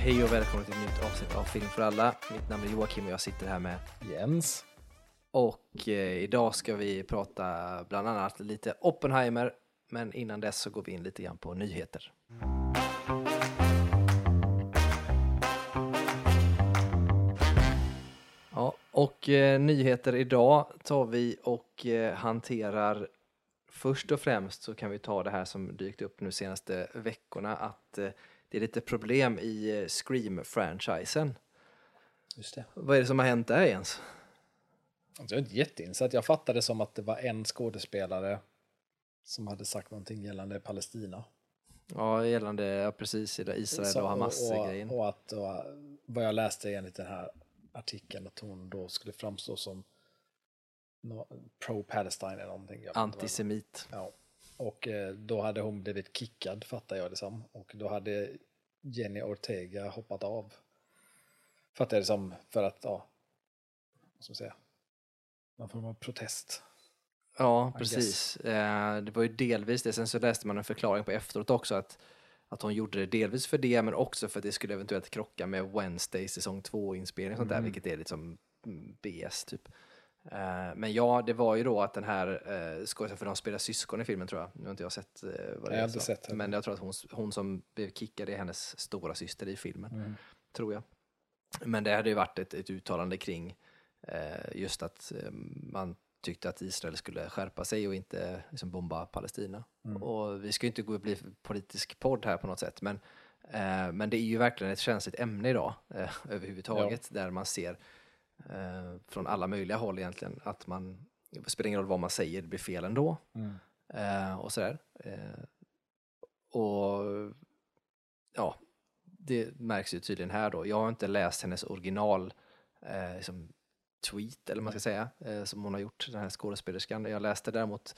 Hej och välkommen till ett nytt avsnitt av Film för alla. Mitt namn är Joakim och jag sitter här med Jens. Och idag ska vi prata bland annat lite Oppenheimer. Men innan dess så går vi in lite grann på nyheter. Ja, och nyheter idag tar vi och hanterar. Först och främst så kan vi ta det här som dykt upp nu senaste veckorna, att det är lite problem i Scream-franchisen. Just det. Vad är det som har hänt där Jens? Alltså, jag är inte jätteinsatt. Jag fattade som att det var en skådespelare som hade sagt någonting gällande Palestina. Ja, gällande precis i det Israel och Hamas-grejen. Och vad jag läste enligt den här artikeln, att hon då skulle framstå som pro-Palestine eller någonting. Antisemit. Ja. Och då hade hon blivit kickad, fattar jag det som. Och då hade Jenny Ortega hoppat av. Fattar jag det som, för att, ja, vad ska man säga, någon form av protest. Ja, precis. Det var ju delvis det. Sen så läste man en förklaring på efteråt också att hon gjorde det delvis för det, men också för att det skulle eventuellt krocka med Wednesday säsong 2-inspelning och sånt där, vilket är liksom BS typ. Men ja, det var ju då att den här skådespelaren, för de spelar syskon i filmen tror jag. Nu har inte jag sett vad det är. Jag har inte sett det. Men jag tror att hon som blev kickad är hennes stora syster i filmen, tror jag. Men det hade ju varit ett uttalande kring just att man tyckte att Israel skulle skärpa sig och inte liksom bomba Palestina. Och vi ska ju inte gå och bli politisk podd här på något sätt, men det är ju verkligen ett känsligt ämne idag överhuvudtaget, där man ser från alla möjliga håll egentligen att det spelar ingen roll vad man säger, det blir fel ändå. Och sådär. Och ja, det märks ju tydligen här då. Jag har inte läst hennes original liksom tweet, eller man ska säga, som hon har gjort, den här skådespelerskan. Jag läste däremot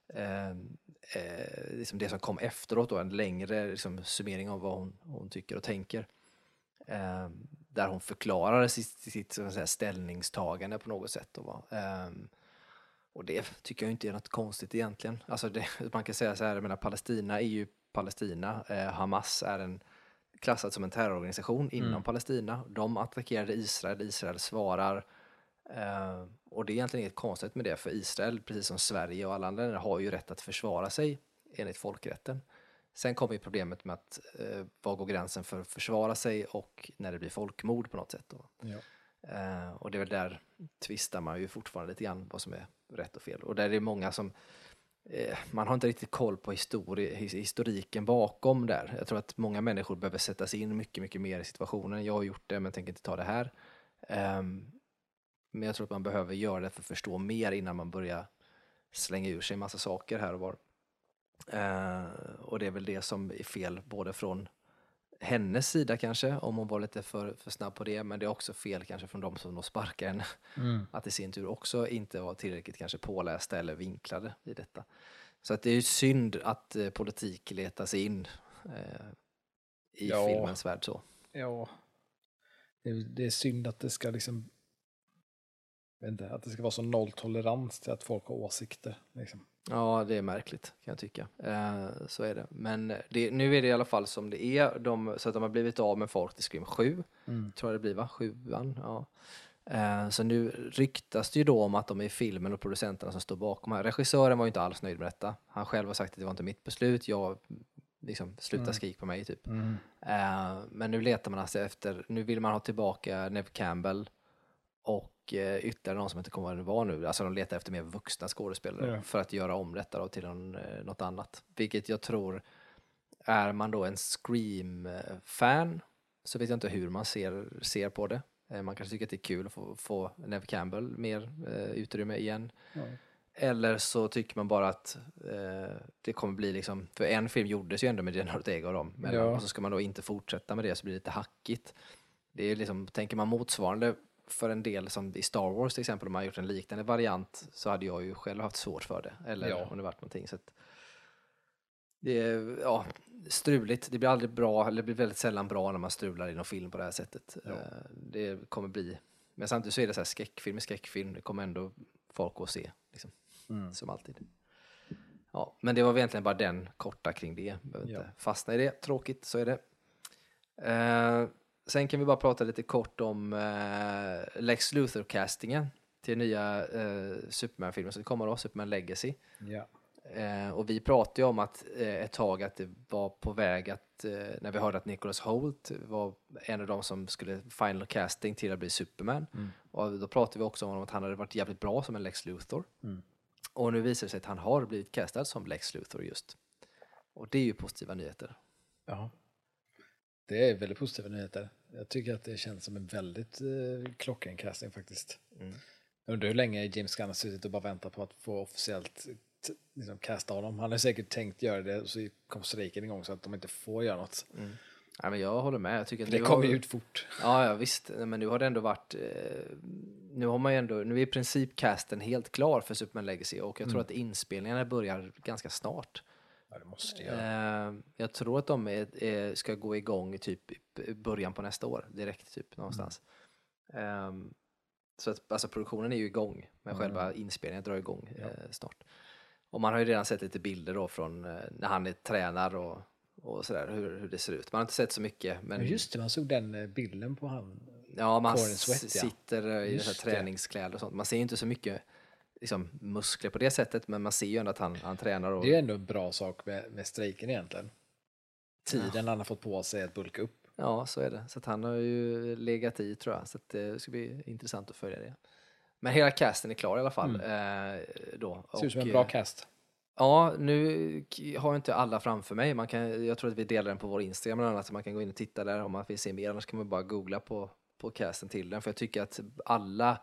liksom det som kom efteråt då, en längre liksom summering av vad hon tycker och tänker. Där hon förklarar sitt så att säga, ställningstagande på något sätt. Och det tycker jag inte är något konstigt egentligen. Alltså man kan säga så här, jag menar, Palestina är ju Palestina. Hamas är klassad som en terrororganisation inom Palestina. De attackerade Israel svarar. Och det är egentligen inget konstigt med det, för Israel, precis som Sverige och alla andra länder, har ju rätt att försvara sig enligt folkrätten. Sen kommer ju problemet med att var går gränsen för att försvara sig och när det blir folkmord på något sätt då. Ja. Och det är väl där tvistar man ju fortfarande lite grann vad som är rätt och fel. Och där är det många som man har inte riktigt koll på historiken bakom där. Jag tror att många människor behöver sätta sig in mycket, mycket mer i situationen. Jag har gjort det, men tänker inte ta det här. Men jag tror att man behöver göra det för att förstå mer innan man börjar slänga ur sig en massa saker här och var. Och det är väl det som är fel både från hennes sida kanske, om hon var lite för snabb på det, men det är också fel kanske från de som då sparkar henne, att i sin tur också inte var tillräckligt kanske pålästa eller vinklade i detta. Så att det är ju synd att politik letar sig in i filmens värld så. Ja, det är synd att det ska liksom, att det ska vara så nolltolerans till att folk har åsikter liksom. Ja, det är märkligt kan jag tycka. Så är det. Men nu är det i alla fall som det är. Så att de har blivit av med folk till Scream 7. Tror jag det blir, va? 7:an, ja. Så nu ryktas det ju då om att de är filmen och producenterna som står bakom här. Regissören var ju inte alls nöjd med detta. Han själv har sagt att det var inte mitt beslut. Jag liksom sluta skrik på mig typ. Men nu letar man alltså efter, nu vill man ha tillbaka Neve Campbell och ytterligare någon som inte kommer att vara nu. Alltså de letar efter mer vuxna skådespelare för att göra om detta då till något annat. Vilket jag tror, är man då en Scream-fan så vet jag inte hur man ser på det. Man kanske tycker att det är kul att få Neve Campbell mer utrymme igen. Eller så tycker man bara att det kommer bli liksom, för en film gjordes ju ändå med Jenny Ortega och dem. Och så ska man då inte fortsätta med det, så blir det lite hackigt. Det är liksom, tänker man motsvarande för en del som i Star Wars till exempel, om man har gjort en liknande variant, så hade jag ju själv haft svårt för det. Eller om det varit någonting. Så att det är struligt. Det blir aldrig bra, eller det blir väldigt sällan bra när man strular i någon film på det här sättet. Det kommer bli, men samtidigt så är det så här skräckfilm. Det kommer ändå folk att se liksom, som alltid. Ja, men det var egentligen bara den korta kring det. Behöver inte fastna i det. Tråkigt, så är det. Sen kan vi bara prata lite kort om Lex Luthor-castingen till nya Superman-filmen som kommer då, Superman Legacy. Ja. Och vi pratade ju om att ett tag att det var på väg att, när vi hörde att Nicholas Hoult var en av de som skulle final casting till att bli Superman. Och då pratade vi också om att han hade varit jävligt bra som en Lex Luthor. Och nu visar det sig att han har blivit castad som Lex Luthor just. Och det är ju positiva nyheter. Ja. Det är väldigt positiva nyheter. Jag tycker att det känns som en väldigt klockren casting faktiskt. Jag undrar hur länge James Gunn har suttit och bara väntat på att få officiellt liksom casta honom. Han har säkert tänkt göra det och så kom strejken igång så att de inte får göra något. Ja, men jag håller med. Jag tycker att Det kommer ju ut fort. Ja, visst. Men nu har det ändå varit... Nu har man ju ändå... Nu är i princip casten helt klar för Superman Legacy och jag tror att inspelningarna börjar ganska snart. Ja, det måste jag. Jag tror att de ska gå igång i typ i början på nästa år. Direkt typ någonstans. Så att alltså, produktionen är ju igång. Men själva inspelningen drar igång snart. Och man har ju redan sett lite bilder då från när han tränar och sådär, hur det ser ut. Man har inte sett så mycket. Men just det, man såg den bilden på han. Ja, man Sweat, sitter i dessa träningskläder och sånt. Man ser ju inte så mycket liksom, muskler på det sättet, men man ser ju ändå att han tränar. Och... Det är ändå en bra sak med strejken egentligen. Tiden han har fått på sig att bulka upp. Ja, så är det. Så att han har ju legat i, tror jag. Så att det ska bli intressant att följa det. Men hela casten är klar i alla fall. Då. Ser ut som en bra cast. Ja, nu har jag inte alla framför mig. Jag tror att vi delar den på vår Instagram bland annat, så man kan gå in och titta där om man vill se mer. Annars kan man bara googla på casten till den. För jag tycker att alla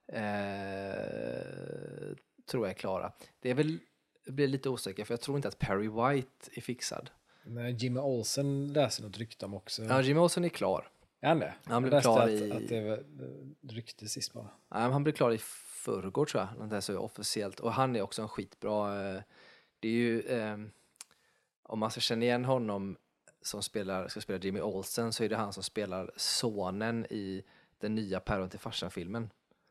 tror jag är klara. Jag blir lite osäker, för jag tror inte att Perry White är fixad. Men Jimmy Olsen läser något rykte om också. Ja, Jimmy Olsen är klar. Är han det? Han blev klar att det var rykte sist bara. Nej, han blev klar i förrgår, tror jag. Något så officiellt. Och han är också en skitbra... Det är ju... om man ska känna igen honom som ska spela Jimmy Olsen, så är det han som spelar sonen i den nya Päron till farsan-filmen.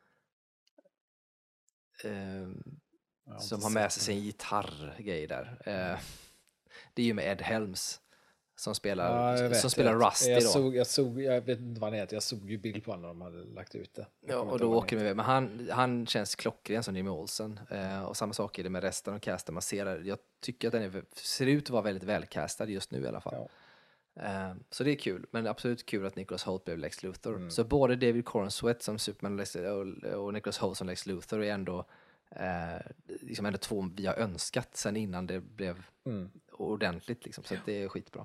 Som har med sig sin gitarrgrej där. Det är ju med Ed Helms som spelar Rusty då. Jag vet inte vad han heter. Jag såg ju bild på honom när de hade lagt ut det. Ja, och då åker vi med. Men han känns klockren som Jimmy Olsen. Och samma sak är det med resten av casten. Man ser där. Jag tycker att den ser ut att vara väldigt välcastad just nu i alla fall. Ja. Så det är kul. Men absolut kul att Nicholas Hoult blev Lex Luthor. Så både David Corenswet som Superman och Nicholas Hoult som Lex Luthor är ändå liksom ändå två vi har önskat sen innan det blev ordentligt liksom, så att det är skitbra.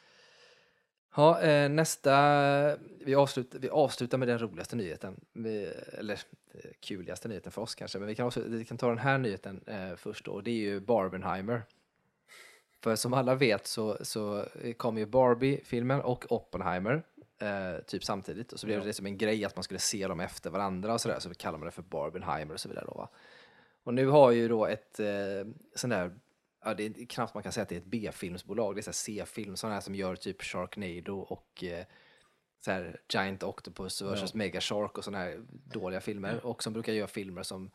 Ja, nästa vi avslutar med den roligaste nyheten, eller kuligaste nyheten för oss kanske, men vi kan ta den här nyheten först då, och det är ju Barbenheimer. För som alla vet så kom ju Barbie-filmen och Oppenheimer typ samtidigt, och så blev det som en grej att man skulle se dem efter varandra och sådär, så vi kallar man det för Barbenheimer och så vidare då, va? Och nu har ju då ett sån där, ja, det är knappt man kan säga att det är ett B-filmsbolag, det är så här C-film, sådana här som gör typ Sharknado och så här Giant Octopus versus Mega Shark och sådana här dåliga filmer, och som brukar göra filmer som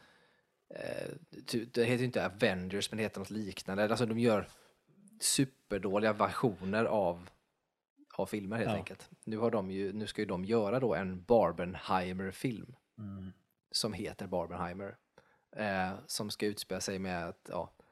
det heter ju inte Avengers, men det heter något liknande. Alltså de gör superdåliga versioner av filmer helt enkelt. Nu ska ju de göra då en Barbenheimer-film som heter Barbenheimer. Som ska utspela sig med att,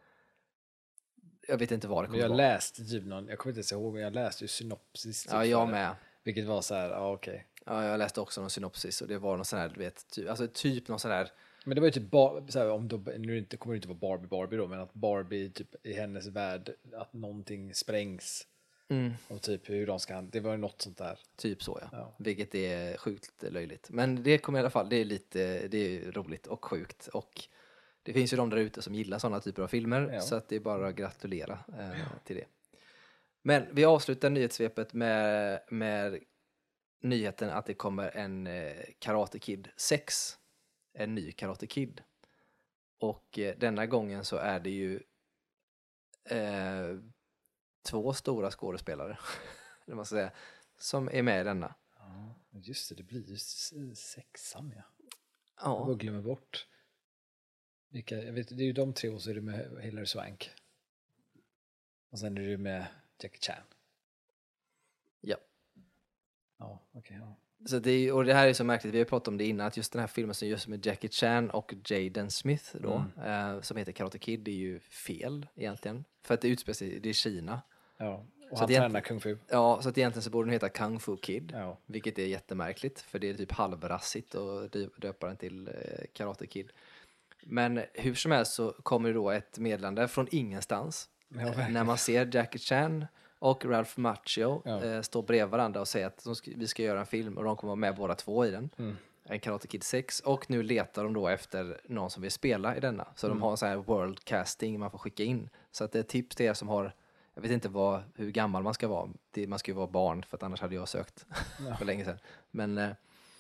jag vet inte vad det kommer jag vara. Läste typ jag kommer inte ihåg, men jag läste ju synopsis. Typ, ja, jag med. Vilket var så här, okej. Ja, jag läste också någon synopsis, och det var någon sån här, du vet, typ någon sån här. Men det var ju typ så här, nu kommer det inte vara Barbie då, men att Barbie typ i hennes värld, att någonting sprängs. Och typ hur de ska, det var ju något sånt där. Typ så, ja. Vilket är sjukt löjligt. Men det kommer i alla fall, det är roligt och sjukt, och det finns ju de där ute som gillar sådana typer av filmer, så att det är bara att gratulera till det. Men vi avslutar nyhetssvepet med nyheten att det kommer en Karate Kid 6, en ny Karate Kid. Och denna gången så är det ju två stora skådespelare det måste säga, som är med i denna. Ja, just det blir ju sexan, Ja. Jag glömmer bort. Jag vet, det är ju de tre, och så är det med Hilary Swank. Och sen är det med Jackie Chan. Ja. Ja, okej. Ja. Så och det här är så märkligt, vi har pratat om det innan, att just den här filmen som görs med Jackie Chan och Jaden Smith då, som heter Karate Kid, är ju fel egentligen. För att det utspelar sig, det är Kina. Ja, och Så han tränar kung fu. Ja, så att egentligen så borde den heta Kung Fu Kid, Ja. vilket är jättemärkligt, för det är typ halvrassigt och döpa den till Karate Kid. Men hur som helst så kommer det då ett meddelande från ingenstans när man ser Jackie Chan och Ralph Macchio stå bredvid varandra och säga att vi ska göra en film och de kommer vara med båda två i den. En Karate Kid 6, och nu letar de då efter någon som vill spela i denna. Så de har en sån här world casting man får skicka in. Så att det är ett tips till er som har, jag vet inte hur gammal man ska vara. Man ska ju vara barn, för att annars hade jag sökt för länge sedan. Men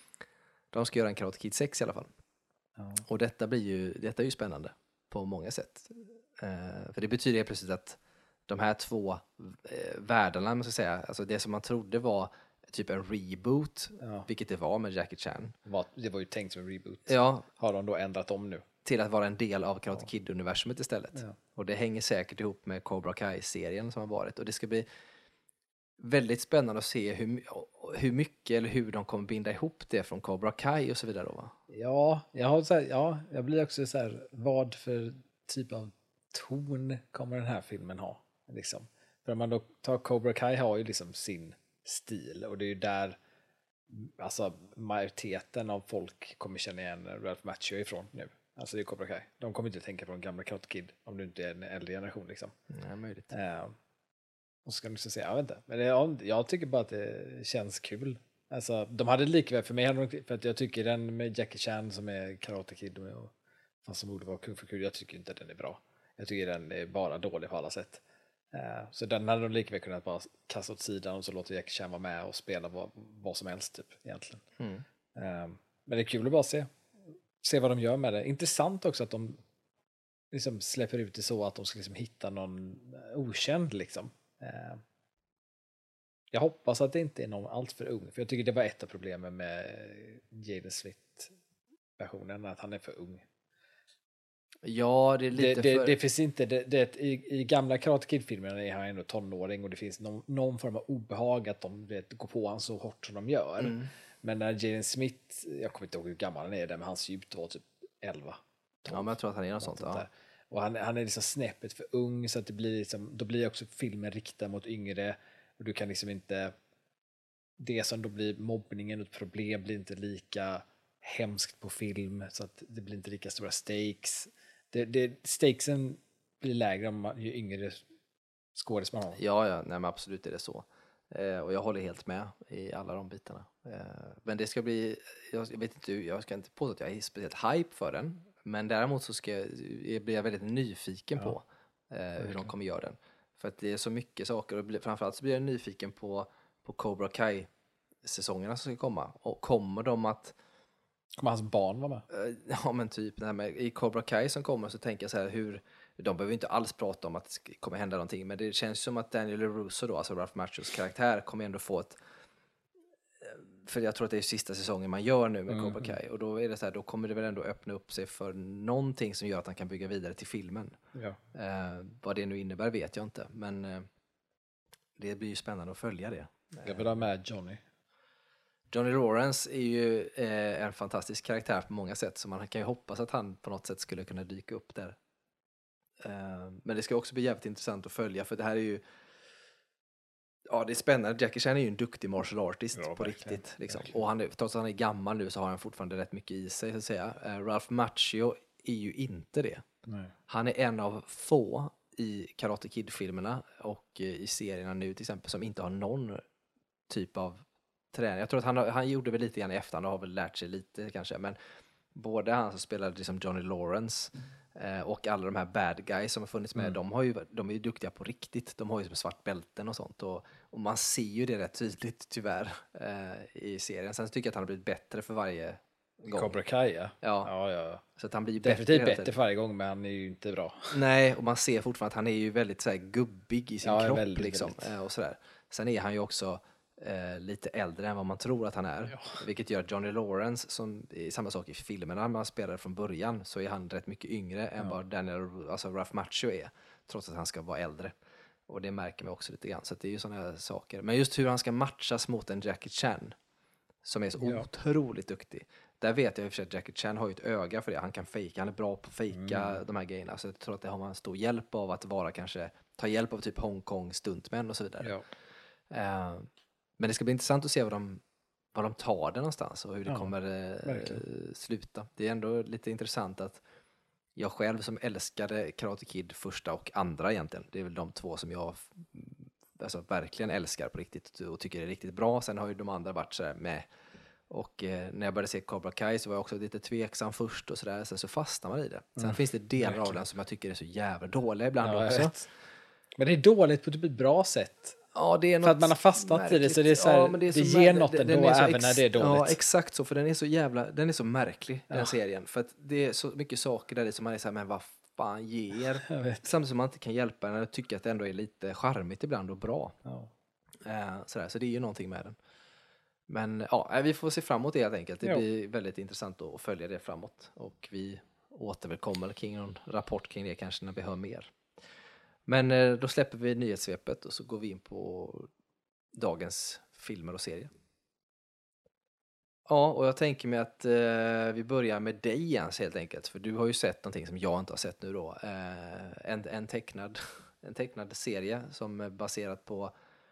de ska göra en Karate Kid 6 i alla fall. Ja. Och detta är ju spännande på många sätt. För det betyder helt plötsligt att de här två världarna, man ska säga, alltså det som man trodde var typ en reboot, vilket det var med Jackie Chan. Det var ju tänkt som en reboot. Ja. Har de då ändrat om nu? Till att vara en del av Karate Kid-universumet istället. Ja. Och det hänger säkert ihop med Cobra Kai-serien som har varit. Och det ska bli väldigt spännande att se hur mycket eller hur de kommer binda ihop det från Cobra Kai och så vidare. Va? Ja, jag blir också så här, vad för typ av ton kommer den här filmen ha? Liksom. För om man då tar Cobra Kai har ju liksom sin stil, och det är ju där alltså majoriteten av folk kommer känna igen Ralph Macchio ifrån nu. Alltså det är Cobra Kai. De kommer inte tänka på de gamla Karate Kid om du inte är en äldre generation liksom. Nej, möjligt. Och ska du så säga, jag vet inte. Men jag tycker bara att det känns kul. Alltså, de hade likväl för mig, för att jag tycker den med Jackie Chan som är Karate Kid och fast som borde vara Kung Fu Kid, jag tycker inte att den är bra. Jag tycker den är bara dålig på alla sätt. Så den hade de likväl kunnat bara kasta åt sidan och så låter Jackie Chan vara med och spela vad som helst typ egentligen. Men det är kul att bara se vad de gör med det. Intressant också att de liksom släpper ut det så att de ska liksom hitta någon okänd liksom. Jag hoppas att det inte är någon allt för ung, för jag tycker det var ett av problemen med Jaden Smith-versionen, att han är för ung. Ja, det är lite det finns inte i gamla Karate Kid-filmerna är han ändå tonåring och det finns någon form av obehag att de går på han så hårt som de gör. Men när Jaden Smith, jag kommer inte ihåg hur gammal han är där, men hans djup var typ 11. 12, ja, men jag tror att han är något sånt. Ja. Och han är liksom snäppet för ung, så att det blir liksom, då blir också filmen riktad mot yngre, och du kan liksom inte, det som då blir mobbningen och ett problem blir inte lika hemskt på film, så att det blir inte lika stora stakes. Stakesen blir lägre ju yngre skådis man har. Ja, nej, men absolut är det så. Och jag håller helt med i alla de bitarna. Men det ska bli, jag ska inte påstå att jag är speciellt hype för den, men däremot så blir jag väldigt nyfiken på hur de kommer göra den. För att det är så mycket saker, och framförallt så blir jag nyfiken på Cobra Kai-säsongerna som ska komma. Och kommer hans barn vara med? Ja, men typ det här med i Cobra Kai som kommer, så tänker jag så här, de behöver inte alls prata om att det kommer hända någonting, men det känns som att Daniel LaRusso då, alltså Ralph Macchios karaktär, kommer ändå få för jag tror att det är sista säsongen man gör nu med Cobra Kai, och då är det så här, då kommer det väl ändå öppna upp sig för någonting som gör att han kan bygga vidare till filmen. Ja. Vad det nu innebär vet jag inte, men det blir ju spännande att följa det. Jag vill ha med Johnny Lawrence är ju en fantastisk karaktär på många sätt, så man kan ju hoppas att han på något sätt skulle kunna dyka upp där. Men det ska också bli jävligt intressant att följa, för det här är ju, ja, det är spännande. Jackie Chan är ju en duktig martial artist på riktigt. Liksom. Och trots att han är gammal nu så har han fortfarande rätt mycket i sig, så att säga. Ralph Macchio är ju inte det. Nej. Han är en av få i Karate Kid-filmerna och i serierna nu till exempel som inte har någon typ av träning. Jag tror att han gjorde väl lite grann i efterhand och har väl lärt sig lite kanske, men både han som spelade liksom Johnny Lawrence och alla de här bad guys som har funnits med, de är ju duktiga på riktigt. De har ju som svart bälten och sånt, och man ser ju det rätt tydligt tyvärr i serien. Sen tycker jag att han har blivit bättre för varje gång. Cobra Kai, ja. Så att han blir definitivt bättre för varje gång, men han är ju inte bra. Nej, och man ser fortfarande att han är ju väldigt så här gubbig i sin kropp väldigt, liksom, väldigt. Och sådär. Sen är han ju också lite äldre än vad man tror att han är, vilket gör Johnny Lawrence, som är samma sak i filmerna man spelade från början, så är han rätt mycket yngre än vad Ralph Macchio är, trots att han ska vara äldre. Och det märker man också lite grann. Så att det är ju sådana här saker. Men just hur han ska matchas mot en Jackie Chan, som är så otroligt duktig. Där vet jag i och för sig att Jackie Chan har ju ett öga för det. Han kan fejka, han är bra på att fejka de här grejerna. Så jag tror att det har man stor hjälp av att vara kanske, ta hjälp av typ Hongkong stuntmän och så vidare. Ja. Men det ska bli intressant att se var de tar det någonstans och hur det kommer sluta. Det är ändå lite intressant att jag själv som älskade Karate Kid första och andra egentligen, det är väl de två som jag alltså, verkligen älskar på riktigt och tycker är riktigt bra. Sen har ju de andra varit sådär med. Och när jag började se Cobra Kai så var jag också lite tveksam först och sådär. Sen så fastnar man i det. Sen finns det delar av den som jag tycker är så jävla dåliga ibland också. Men det är dåligt på ett bra sätt. Ja, det är något för att man har fastnat i det, så det är så här, men det ger något ändå även när det är dåligt. Ja, exakt så, för den är så märklig, den serien. För att det är så mycket saker där som man är så här, men vad fan ger? Samtidigt som man inte kan hjälpa den och tycka att det ändå är lite charmigt ibland och bra. Så det är ju någonting med den. Men ja, vi får se framåt det helt enkelt. Det blir väldigt intressant att följa det framåt. Och vi återkommer kring någon rapport kring det kanske när vi hör mer. Men då släpper vi nyhetssvepet och så går vi in på dagens filmer och serier. Ja, och jag tänker mig att vi börjar med dig Jens helt enkelt. För du har ju sett någonting som jag inte har sett nu då. En tecknad serie som är baserad på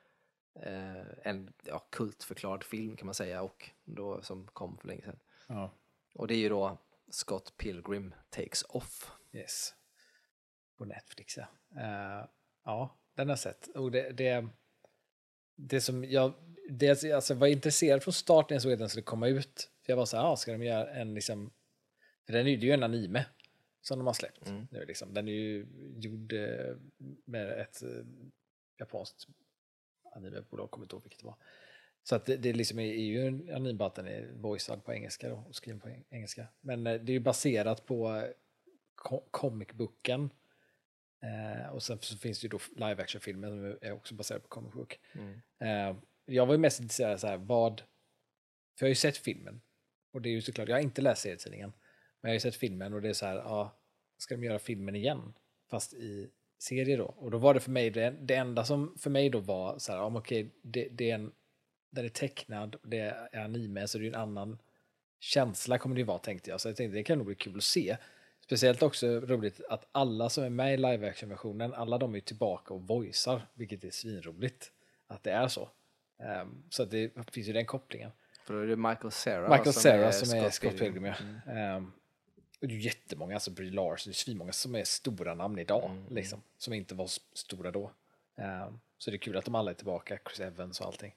en kultförklarad film kan man säga. Och då som kom för länge sedan. Ja. Och det är ju då Scott Pilgrim Takes Off. Yes. På Netflix, ja. Ja, den har jag sett. Och det som jag alltså var intresserad från starten så att den skulle komma ut. För jag var så här, ska de göra en liksom... För den är ju en anime som de har släppt. Nu liksom. Den är ju gjord med ett japanskt animebolag, kommer inte ihåg vilket det var. Så att det liksom är ju en anime, att den är voicead på engelska då, och skriven på engelska. Men det är ju baserat på comicbooken. Och sen så finns det ju då live action-filmen som är också baserad på comic book. Jag var ju mest intresserad så här, för jag har ju sett filmen. Och det är ju såklart, jag har inte läst serietidningen. Men jag har ju sett filmen och det är så här, ska de göra filmen igen? Fast i serie då. Och då var det för mig, det enda som för mig då var så här, okej, det är där det är tecknad, det är anime, så det är en annan känsla kommer det ju vara, tänkte jag. Så jag tänkte, det kan nog bli kul att se. Speciellt också roligt att alla som är med i live-action-versionen, alla de är tillbaka och voicear, vilket är svinroligt att det är så. Så att det finns ju den kopplingen. För då är det Michael Cera som är Scott Pilgrim. Och det är ju jättemånga, alltså Brie Larson, det är svinmånga som är stora namn idag, liksom, som inte var stora då. Så det är kul att de alla är tillbaka, Chris Evans och allting.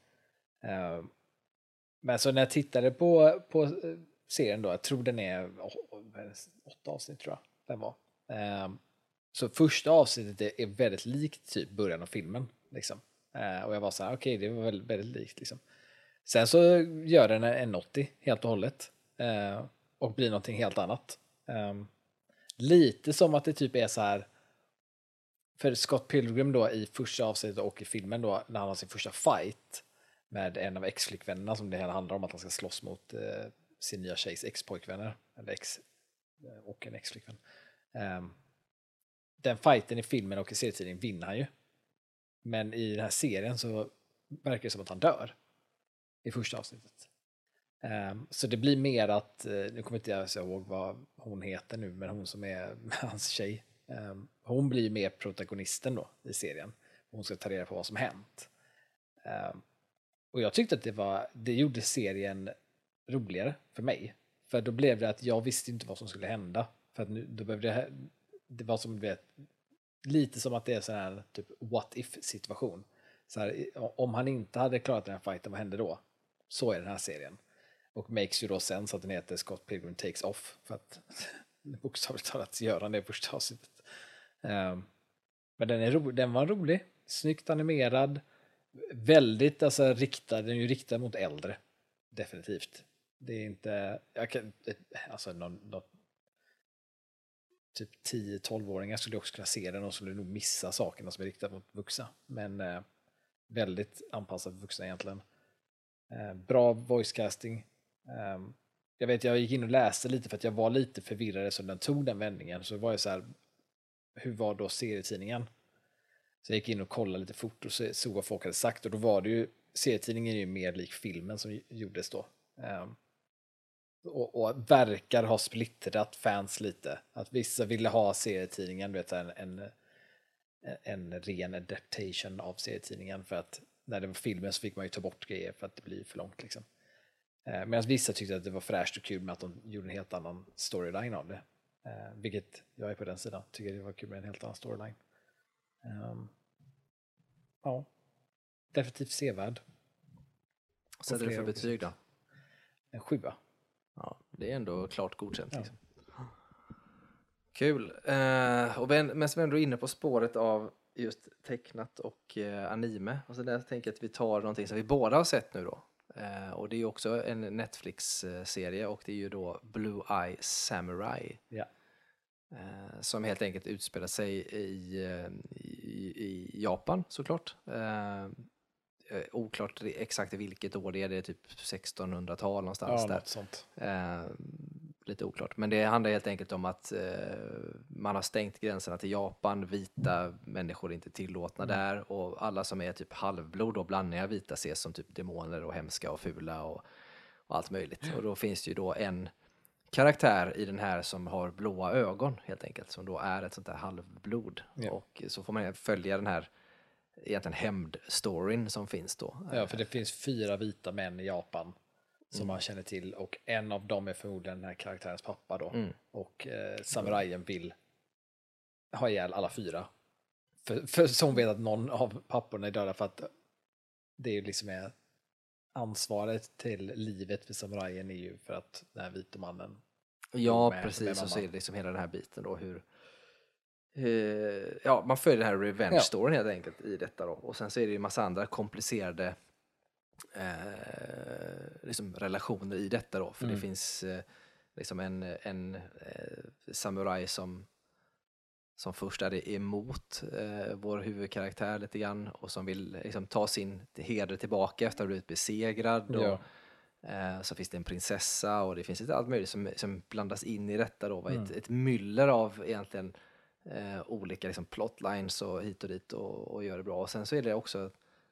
Men så när jag tittade på serien då, jag tror den är 8 avsnitt tror jag den var. Så första avsnittet är väldigt likt typ början av filmen liksom. Och jag var så här, okej, det var väldigt likt liksom. Sen så gör den en 80 helt och hållet och blir någonting helt annat. Lite som att det typ är så här, för Scott Pilgrim då i första avsnittet och i filmen då när han har sin första fight med en av ex-flickvännerna, som det hela handlar om att han ska slåss mot sin nya tjejs ex-pojkvänner eller ex och en ex-flickvän. Den fighten i filmen och i serietidningen vinner han ju. Men i den här serien så verkar det som att han dör i första avsnittet. Så det blir mer att, nu kommer inte jag ihåg vad hon heter nu, men hon som är hans tjej, hon blir mer protagonisten då i serien. Hon ska ta reda på vad som hänt. Och jag tyckte att det gjorde serien roligare för mig. För då blev det att jag visste inte vad som skulle hända. För att då behövde det var som lite som att det är sån här typ what if situation. Så här, om han inte hade klarat den här fighten, vad hände då? Så är den här serien. Och makes ju då sen så att den heter Scott Pilgrim Takes Off. För att bokstavligt talat gör han det första avsnittet. Men den var rolig. Snyggt animerad. Väldigt riktad. Den är ju riktad mot äldre. Definitivt. Det är inte... typ 10-12-åringar skulle också kunna se den och skulle nog missa sakerna som är riktade mot vuxna. Men väldigt anpassad för vuxna egentligen. Bra voice casting. Jag gick in och läste lite för att jag var lite förvirrad som den tog den vändningen. Så var jag så här, hur var då serietidningen? Så jag gick in och kollade lite fort och såg vad folk hade sagt. Och då var det ju, serietidningen är ju mer lik filmen som gjordes då. Och verkar ha splittrat fans lite. Att vissa ville ha serietidningen, du vet, en ren adaptation av serietidningen, för att när det var filmen så fick man ju ta bort grejer för att det blir för långt liksom. Medan vissa tyckte att det var fräscht och kul med att de gjorde en helt annan storyline av det. Vilket jag är på den sidan, tycker det var kul med en helt annan storyline. Ja, definitivt sevärd. Vad sätter du för betyg då? En 7. Ja, det är ändå klart godkänt. Ja. Liksom. Kul. Och men som ändå är inne på spåret av just tecknat och anime. Och så där tänker jag att vi tar någonting som vi båda har sett nu då. Och det är ju också en Netflix-serie, och det är ju då Blue Eye Samurai. Ja. Som helt enkelt utspelar sig i Japan, såklart. Oklart exakt vilket år det är typ 1600-tal någonstans. Ja, där. något sånt. Lite oklart. Men det handlar helt enkelt om att man har stängt gränserna till Japan. Vita människor är inte tillåtna där. Och alla som är typ halvblod och blandningar vita ses som typ demoner och hemska och fula och allt möjligt. Och då finns det ju då en karaktär i den här som har blåa ögon helt enkelt. Som då är ett sånt där halvblod. Ja. Och så får man följa den här egentligen hämnd-storyn som finns då. Ja, för det finns 4 vita män i Japan som man känner till, och en av dem är förmodligen den här karaktärens pappa då. Och samurajen vill ha ihjäl alla 4. För så hon vet att någon av papporna är döda, för att det är ju liksom ansvaret till livet för samurajen är ju för att den här vita mannen. Ja, precis. Och så är det liksom hela den här biten då hur man följer den här revenge-storyn helt enkelt i detta då. Och sen så är det ju en massa andra komplicerade liksom relationer i detta då. För det finns liksom en samuraj som först är emot vår huvudkaraktär lite grann, och som vill liksom ta sin heder tillbaka efter att ha blivit besegrad. Och, så finns det en prinsessa, och det finns ett allt möjligt som blandas in i detta då. Ett myller av egentligen olika liksom plotlines och hit och dit och gör det bra. Och sen så är det också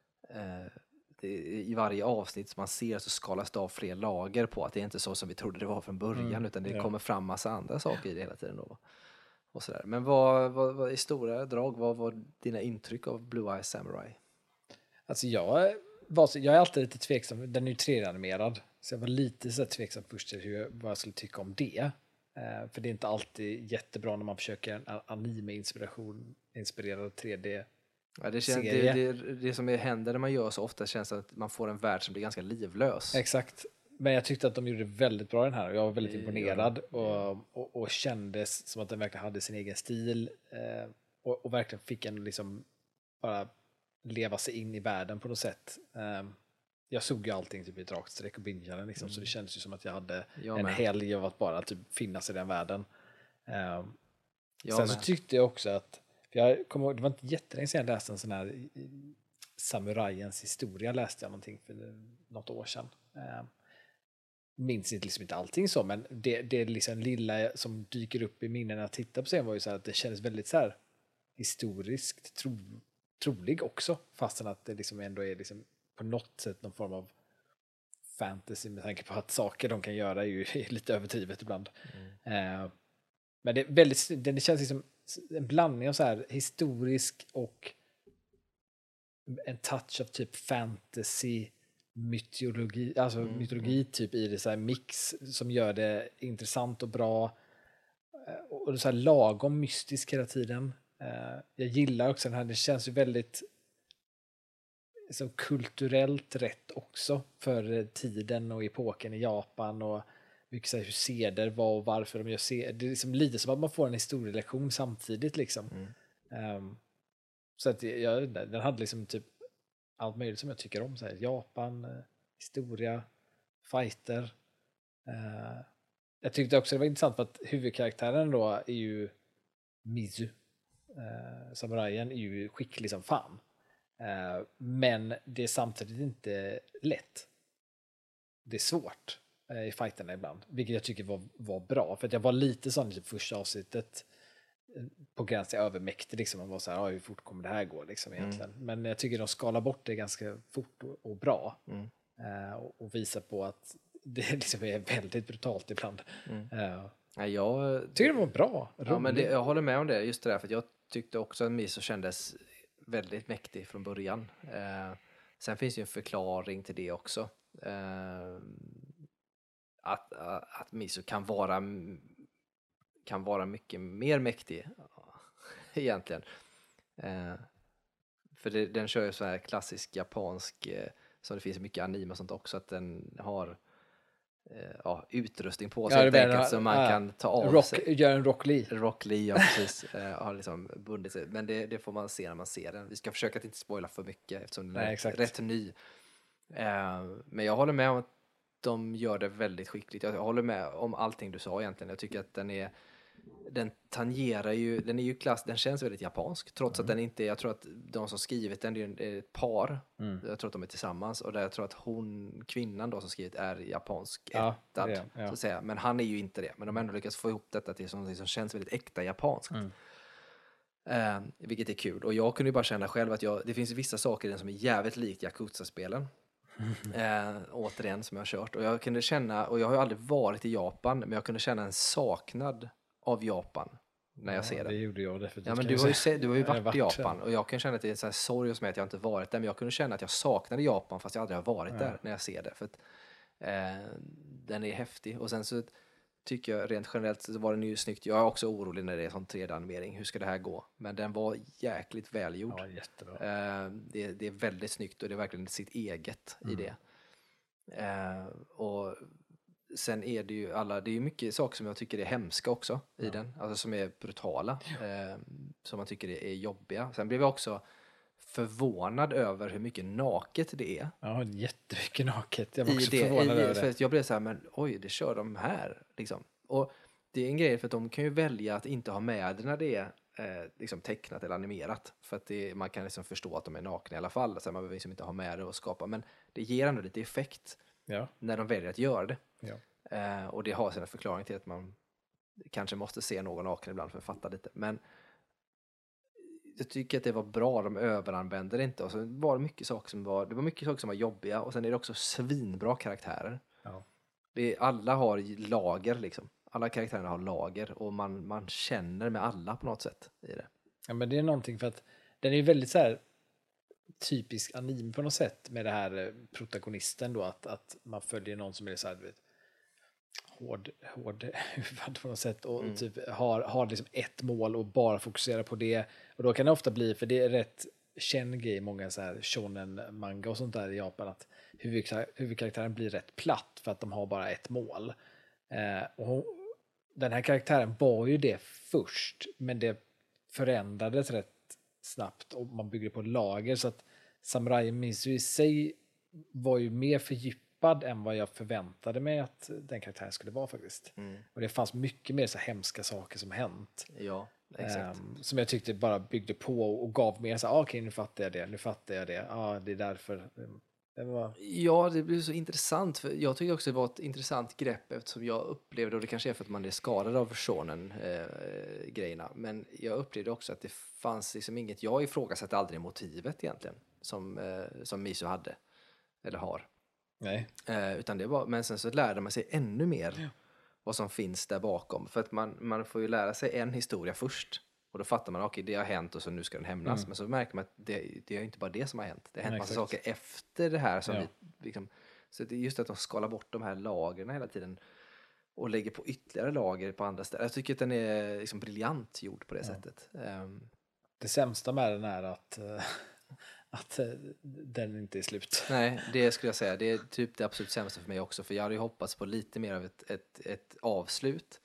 i varje avsnitt som man ser så skalas det av fler lager på att det är inte så som vi trodde det var från början, utan det kommer fram massa andra saker i det hela tiden då. Och sådär. Men vad i stora drag, vad var dina intryck av Blue Eye Samurai? Alltså jag är alltid lite tveksam. Den är ju 3D-animerad, så jag var lite så tveksam först till vad jag skulle tycka om det. För det är inte alltid jättebra när man försöker en anime-inspirerad 3D. Ja, det som händer när man gör så ofta känns att man får en värld som blir ganska livlös. Exakt. Men jag tyckte att de gjorde väldigt bra den här, och jag var väldigt imponerad och kändes som att den verkligen hade sin egen stil och verkligen fick en liksom bara leva sig in i världen på något sätt. Jag såg ju allting typ i ett rakt streck och bingeade liksom, så det kändes ju som att jag hade en helg av att bara typ finnas i den världen. Sen så tyckte jag också att, för jag kommer ihåg, det var inte jättelänge sedan jag läste en sån här samurajens historia, läste jag någonting för något år sedan. Minns liksom inte allting så, men det liksom lilla som dyker upp i minnen när jag tittar på serien var ju så här att det kändes väldigt så här historiskt trolig också, fastän att det liksom ändå är liksom på något sätt någon form av fantasy, med tanke på att saker de kan göra är ju lite överdrivet ibland. Men det är väldigt, det känns liksom en blandning av så här historisk och en touch av typ fantasy, mytologi, alltså mytologi typ i det, så här mix som gör det intressant och bra och så här lagom mystisk hela tiden. Jag gillar också den här, det känns ju väldigt liksom kulturellt rätt också för tiden och epoken i Japan, och mycket så här hur seder var och varför de gör seder. Det är liksom lite som att man får en historielektion samtidigt liksom. Så att den hade liksom typ allt möjligt som jag tycker om, så här Japan, historia, fighter. Jag tyckte också det var intressant för att huvudkaraktären då är ju Mizu. Samurajen är ju skicklig som fan. Men det är samtidigt inte lätt. Det är svårt i fighterna ibland, vilket jag tycker var bra, för att jag var lite sån i första avsnittet. på gränsen till övermäktig. Liksom. Man var så här, hur fort kommer det här gå liksom, egentligen. Men jag tycker de skalar bort det ganska fort och bra. Och visar på att det liksom är väldigt brutalt ibland. Ja, jag tycker det var bra. Ja, men jag håller med om det, just det där, för jag tyckte också att Miso kändes väldigt mäktig från början. Sen finns ju en förklaring till det också. Att Miso kan vara mycket mer mäktig egentligen. För den kör ju så här klassisk japansk, som det finns mycket anime och sånt också, att den har utrustning på sig helt enkelt som man kan ta av sig. Gör en Rock Lee. Rock Lee, ja, precis. Har liksom bundit sig. Men det får man se när man ser den. Vi ska försöka att inte spoila för mycket eftersom den är rätt ny. Men jag håller med om att de gör det väldigt skickligt. Jag håller med om allting du sa egentligen. Jag tycker att den tangerar ju, den känns väldigt japansk, trots att den inte, jag tror att de som skrivit den är ett par, jag tror att de är tillsammans, och där jag tror att kvinnan då som skrivit är japansk ättad, så att säga, men han är ju inte det, men de har ändå lyckats få ihop detta till något som känns väldigt äkta japanskt. Vilket är kul, och jag kunde ju bara känna själv att det finns vissa saker i den som är jävligt likt Yakuza-spelen. Återigen som jag har kört, och jag kunde känna, och jag har ju aldrig varit i Japan, men jag kunde känna en saknad av Japan när jag ser det. Det gjorde jag definitivt. Ja, men du har ju varit i Japan, och jag kan känna att det är en sån här sorg hos mig att jag inte varit där, men jag kunde känna att jag saknade Japan fast jag aldrig har varit där när jag ser det, för att den är häftig. Och sen så tycker jag rent generellt så var den ju snyggt. Jag är också orolig när det är sån 3D-animering. Hur ska det här gå? Men den var jäkligt välgjord. Ja, jättebra. Det är väldigt snyggt, och det är verkligen sitt eget i det. Och sen är det ju det är ju mycket saker som jag tycker är hemska också i den. Alltså som är brutala. Som man tycker är jobbiga. Sen blev jag också förvånad över hur mycket naket det är. Ja, jättemycket naket. Jag var också förvånad över det. För jag blev så här, men oj, det kör de här. Liksom. Och det är en grej, för att de kan ju välja att inte ha med det när det är liksom tecknat eller animerat. För att man kan liksom förstå att de är nakna i alla fall. Så man behöver liksom inte ha med det och skapa. Men det ger ändå lite effekt när de väljer att göra det. Ja. Och det har sina förklaring till att man kanske måste se någon naken ibland för att fatta lite. Men jag tycker att det var bra, de överanvände det inte. Och så var det mycket saker som var jobbiga. Och sen är det också svinbra karaktärer. Ja. Alla har lager liksom. Alla karaktärerna har lager, och man känner med alla på något sätt i det. Ja, men det är någonting, för att den är ju väldigt så här typisk anime på något sätt, med det här protagonisten då, att man följer någon som är så här, du vet, hård huvud på något sätt, och typ har liksom ett mål och bara fokuserar på det. Och då kan det ofta bli, för det är rätt känd grej i många så här shonen manga och sånt där i Japan, att huvudkaraktären blir rätt platt för att de har bara ett mål. Och den här karaktären var ju det först, men det förändrades rätt snabbt och man bygger på lager, så att Samurai Mizu i sig var ju mer fördjupad än vad jag förväntade mig att den karaktären skulle vara faktiskt. Och det fanns mycket mer så hemska saker som hänt. Ja, exakt. Som jag tyckte bara byggde på och gav mer så okej, nu fattar jag det. Ja, det är därför. Ja, det blev så intressant. För jag tycker också det var ett intressant grepp, eftersom jag upplevde, och det kanske är för att man är skadad av shonen grejerna, men jag upplevde också att det fanns liksom inget, jag ifrågasatte aldrig motivet egentligen som Miso hade eller har. Nej. Utan det var, men sen så lärde man sig ännu mer vad som finns där bakom, för att man får ju lära sig en historia först. Och då fattar man, okej, det har hänt och så nu ska den hämnas. Men så märker man att det är inte bara det som har hänt. Det har hänt massa saker efter det här. Som vi, liksom, så det är just att de skalar bort de här lagren hela tiden. Och lägger på ytterligare lager på andra ställen. Jag tycker att den är liksom briljant gjord på det sättet. Det sämsta med den är att den inte är slut. Nej, det skulle jag säga. Det är typ det absolut sämsta för mig också. För jag hade ju hoppats på lite mer av ett avslut.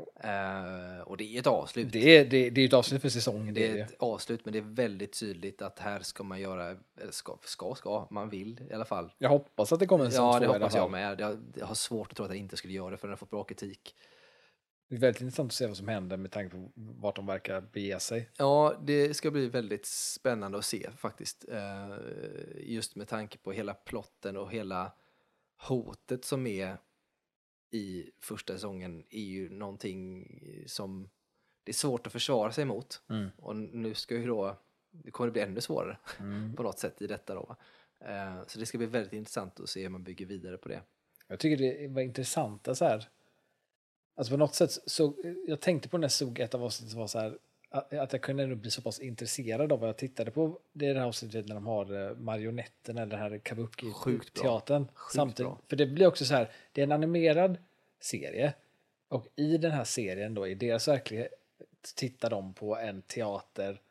Och det är ett avslut. Det är ett avslut för säsongen. Det är ett avslut, men det är väldigt tydligt att här ska man göra, eller man vill i alla fall. Jag hoppas att det kommer en säsong 2 det hoppas jag med. Jag har svårt att tro att det inte skulle göra det, för den har fått bra kritik. Det är väldigt intressant att se vad som händer med tanke på vart de verkar bege sig. Ja, det ska bli väldigt spännande att se faktiskt. Just med tanke på hela plotten och hela hotet som är i första säsongen är ju någonting som det är svårt att försvara sig emot. Och nu ska ju då, det kommer bli ännu svårare på något sätt i detta då. Så det ska bli väldigt intressant att se hur man bygger vidare på det. Jag tycker det var intressant så här. Alltså på något sätt så, jag tänkte på när jag såg ett av avsnittet var så här, att jag kunde ändå bli så pass intresserad av vad jag tittade på. Det är det här avsnittet när de har marionetten eller det här kabuki-teatern samtidigt. bra. För det blir också så här, det är en animerad serie och i den här serien då i deras verklighet tittar de på en teater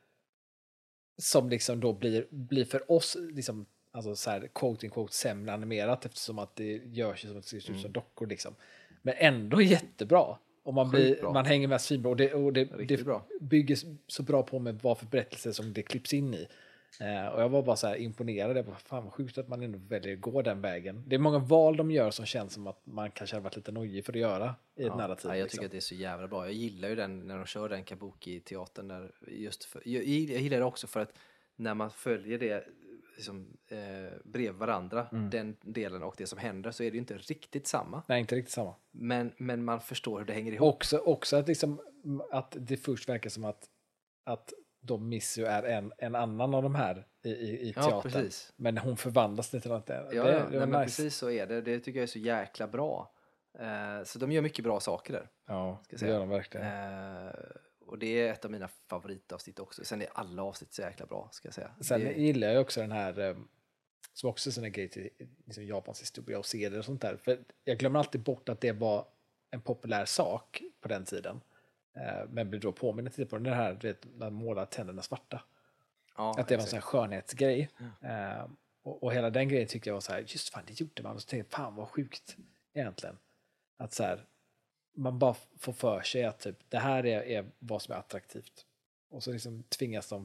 som liksom då blir för oss liksom, alltså så här quote in quote sämre animerat eftersom att det görs som att det ser ut som dockor liksom. Men ändå jättebra. Och man hänger med svinbra. Och det bra. bygger så bra på med vad för berättelser som det klipps in i. Och jag var bara så här imponerad. Fan vad sjukt att man ändå väljer att gå den vägen. Det är många val de gör som känns som att man kanske har varit lite nojig för att göra i ett narrativ. Ja, jag tycker att det är så jävla bra. Jag gillar ju den när de kör den kabuki-teatern. Där jag gillar det också för att när man följer det liksom, bredvid varandra, den delen och det som händer, så är det ju inte riktigt samma. Nej, inte riktigt samma. Men man förstår hur det hänger ihop. Också att, liksom, att det först verkar som att de Missu är en annan av de här i teatern. Ja, precis. Men hon förvandlas till något. Ja, men precis så är det. Det tycker jag är så jäkla bra. Så de gör mycket bra saker där. Ja, det gör de verkligen. Och det är ett av mina favoritavsnitt också. Sen är alla avsnitt så jäkla bra, ska jag säga. Sen gillar jag också den här som också är sån här grej till liksom Japans historia och serier och sånt där. För jag glömmer alltid bort att det var en populär sak på den tiden. Men blir då påminna till på den här, du vet, man målar tänderna svarta. Ja, att det var en sån här skönhetsgrej. Och hela den grejen tyckte jag var så här, just fan, det gjorde man. Och så tänkte jag, fan vad sjukt egentligen. Att så här, man bara får för sig att typ, det här är vad som är attraktivt. Och så liksom tvingas de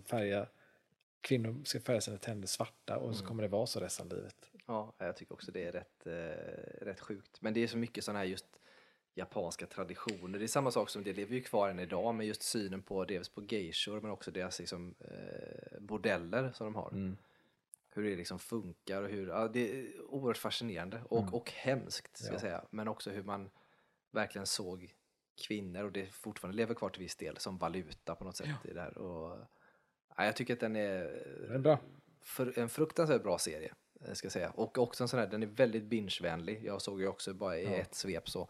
kvinnor ska färga sina tänder svarta och så kommer det vara så resten av livet. Ja, jag tycker också det är rätt sjukt. Men det är så mycket sådana här just japanska traditioner. Det är samma sak som det lever ju kvar än idag, med just synen på dels på geishor men också deras liksom, bordeller som de har. Hur det liksom funkar och hur, det är oerhört fascinerande och hemskt ska jag säga. Men också hur man verkligen såg kvinnor, och det fortfarande lever kvar till viss del, som valuta på något sätt i det här. Och, jag tycker att den är bra. En fruktansvärt bra serie, ska jag säga. Och också en sån här, den är väldigt binge-vänlig. Jag såg ju också bara i ett svep så.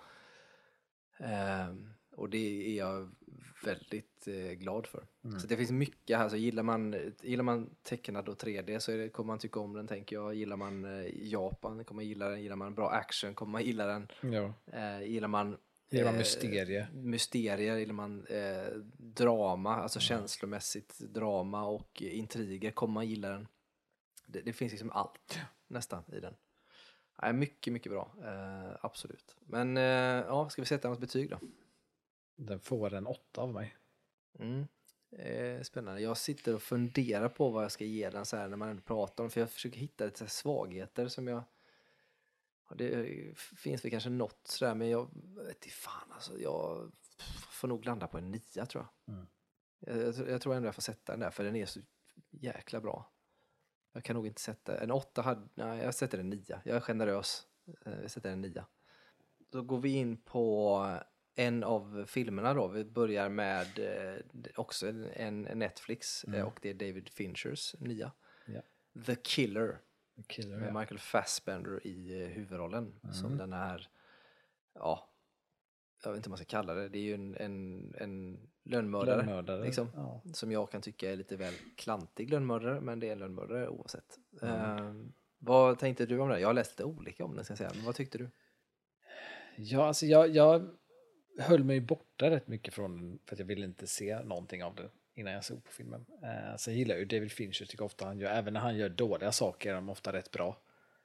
Och det är jag väldigt glad för. Så det finns mycket här. Så gillar man tecknad och 3D så kommer man tycka om den, tänker jag. Gillar man Japan kommer man gilla den. Gillar man bra action kommer man gilla den. Gillar man mysterier, gillar man drama, alltså känslomässigt drama och intriger kommer man gilla den. Det finns liksom allt nästan i den. Mycket, mycket bra. Absolut. Men ska vi sätta något betyg då? Den får en 8 av mig. Spännande. Jag sitter och funderar på vad jag ska ge den så här när man ändå pratar om, för jag försöker hitta lite svagheter som jag... Det finns väl kanske något sådär, men jag vet inte fan alltså. Jag får nog landa på en 9, tror jag. Jag tror ändå jag får sätta den där, för den är så jäkla bra. Jag kan nog inte sätta en 8. Jag sätter en 9. Jag är generös. Jag sätter en 9. Då går vi in på en av filmerna då. Vi börjar med också en Netflix och det är David Finchers nya. The Killer med Michael Fassbender i huvudrollen som den här, jag vet inte vad man ska kalla det. Det är ju en lönnmördare liksom, som jag kan tycka är lite väl klantig lönnmördare, men det är en lönnmördare oavsett. Vad tänkte du om det? Jag har läst lite olika om det, ska jag säga. Men vad tyckte du? Ja, alltså jag höll mig borta rätt mycket från den för att jag ville inte se någonting av det innan jag såg på filmen. Sen gillar jag ju David Fincher, tycker ofta han gör, även när han gör dåliga saker är de ofta rätt bra.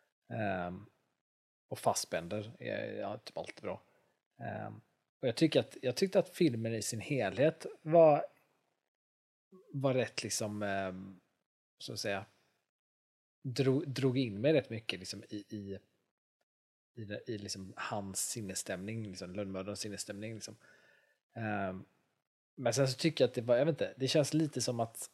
Och Fassbender är typ alltid bra. Och jag tyckte att filmen i sin helhet var rätt liksom, så att säga, drog in mig rätt mycket liksom i liksom hans sinnesstämning, liksom lönnmördarens sinnesstämning liksom. Men sen så tycker jag att det var, jag vet inte, det känns lite som att,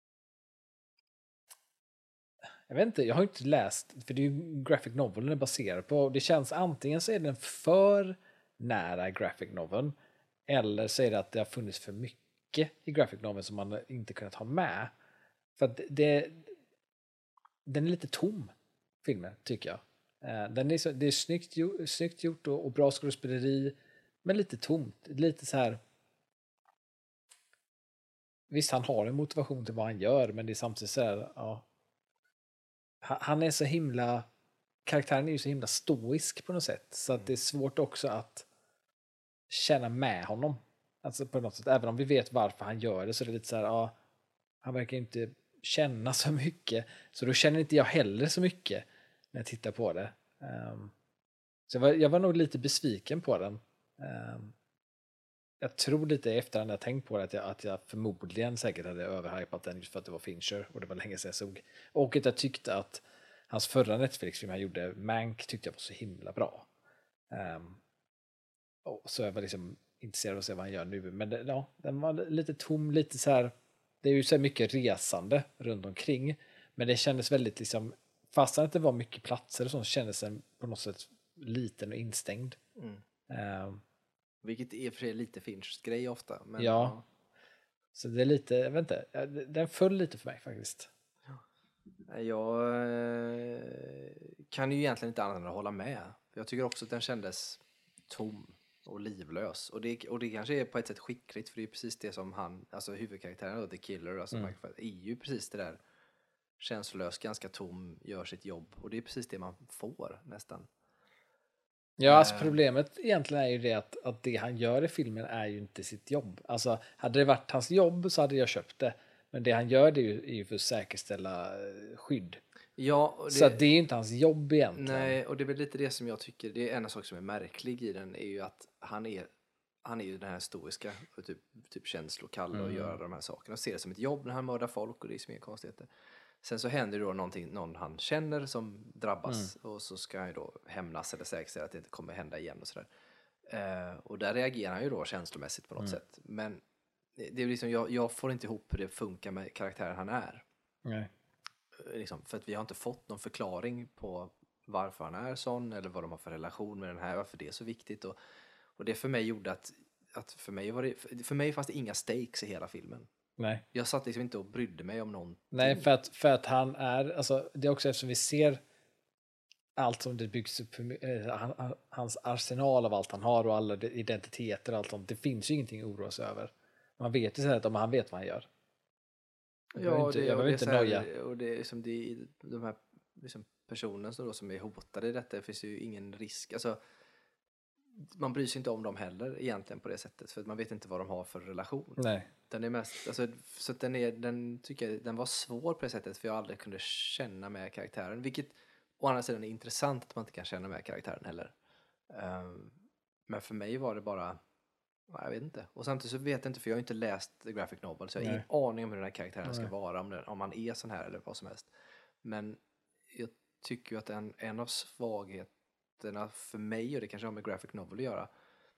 jag vet inte, jag har inte läst, för det är ju graphic novel den är baserad på, det känns antingen så är den för nära graphic novel, eller så är det att det har funnits för mycket mycket i graphic novel som man inte kunnat ha med. För att den är lite tom, filmen, tycker jag. Det är snyggt gjort och bra skådespeleri, men lite tomt. Lite så här. Visst, han har en motivation till vad han gör, men det är samtidigt så här, ja. Han är så himla... Karaktären är ju så himla stoisk på något sätt, så att det är svårt också att känna med honom. Alltså på något sätt, även om vi vet varför han gör det, så är det lite så här, ja, han verkar inte känna så mycket, så då känner inte jag heller så mycket när jag tittar på det. Så jag var nog lite besviken på den. Jag tror lite efter när jag tänkt på det att jag förmodligen säkert hade överhypat den just för att det var Fincher och det var länge sedan jag såg. Och att jag tyckte att hans förra Netflix-film han gjorde, Mank, tyckte jag var så himla bra. Så jag var liksom intresserad av att se vad han gör nu. Men den var lite tom, lite så här. Det är ju så mycket resande runt omkring. Men det kändes väldigt liksom, fastän att det var mycket platser och så kändes den på något sätt liten och instängd. Vilket är för sig lite Finchs grej ofta. Men, ja. Så det är lite, jag vet inte, den föll lite för mig faktiskt. Jag kan ju egentligen inte annat än att hålla med. Jag tycker också att den kändes tom och livlös. Och det kanske är på ett sätt skickligt, för det är precis det som han, alltså huvudkaraktären då, The Killer, alltså Michael är ju precis det där känslolös, ganska tom, gör sitt jobb. Och det är precis det man får nästan. Ja, alltså problemet egentligen är ju det att det han gör i filmen är ju inte sitt jobb. Alltså, hade det varit hans jobb så hade jag köpt det. Men det han gör det är ju för att säkerställa skydd. Ja, så att det är ju inte hans jobb egentligen. Nej, och det är väl lite det som jag tycker, det är en sak som är märklig i den, är ju att han är ju den här stoiska, typ känslokall och gör de här sakerna och ser det som ett jobb när han mördar folk, och det är så mycket konstigheter. Sen så händer det då någon han känner som drabbas, och så ska han ju då hämnas eller säkerställa att det inte kommer hända igen och sådär. Och där reagerar han ju då känslomässigt på något sätt. Men det är liksom, jag får inte ihop hur det funkar med karaktären han är. Nej. Liksom, för att vi har inte fått någon förklaring på varför han är sån, eller vad de har för relation med den här, varför det är så viktigt. Och det för mig gjorde att för mig fanns det inga stakes i hela filmen. Nej. Jag satt liksom inte och brydde mig om någonting. Nej, för att han är, alltså det är också eftersom vi ser allt som det byggs upp, hans arsenal av allt han har och alla identiteter och allt sånt, det finns ju ingenting att oroa sig över. Man vet ju så här att han vet vad han gör. Ja, jag vill inte noja. Och det är som de här liksom personerna som är hotade i detta, det finns ju ingen risk. Alltså, man bryr sig inte om dem heller egentligen på det sättet, för att man vet inte vad de har för relation. Nej. Den är mest, alltså, så att den tycker jag, den var svår på det sättet, för jag aldrig kunde känna med karaktären, vilket å andra sidan är intressant att man inte kan känna med karaktären heller. Men för mig var det bara, jag vet inte. Och samtidigt så vet jag inte, för jag har inte läst The Graphic Novel, så jag har ingen aning om hur den här karaktären ska vara, om man är sån här eller vad som helst. Men jag tycker ju att en av svagheterna för mig, och det kanske har med Graphic Novel att göra,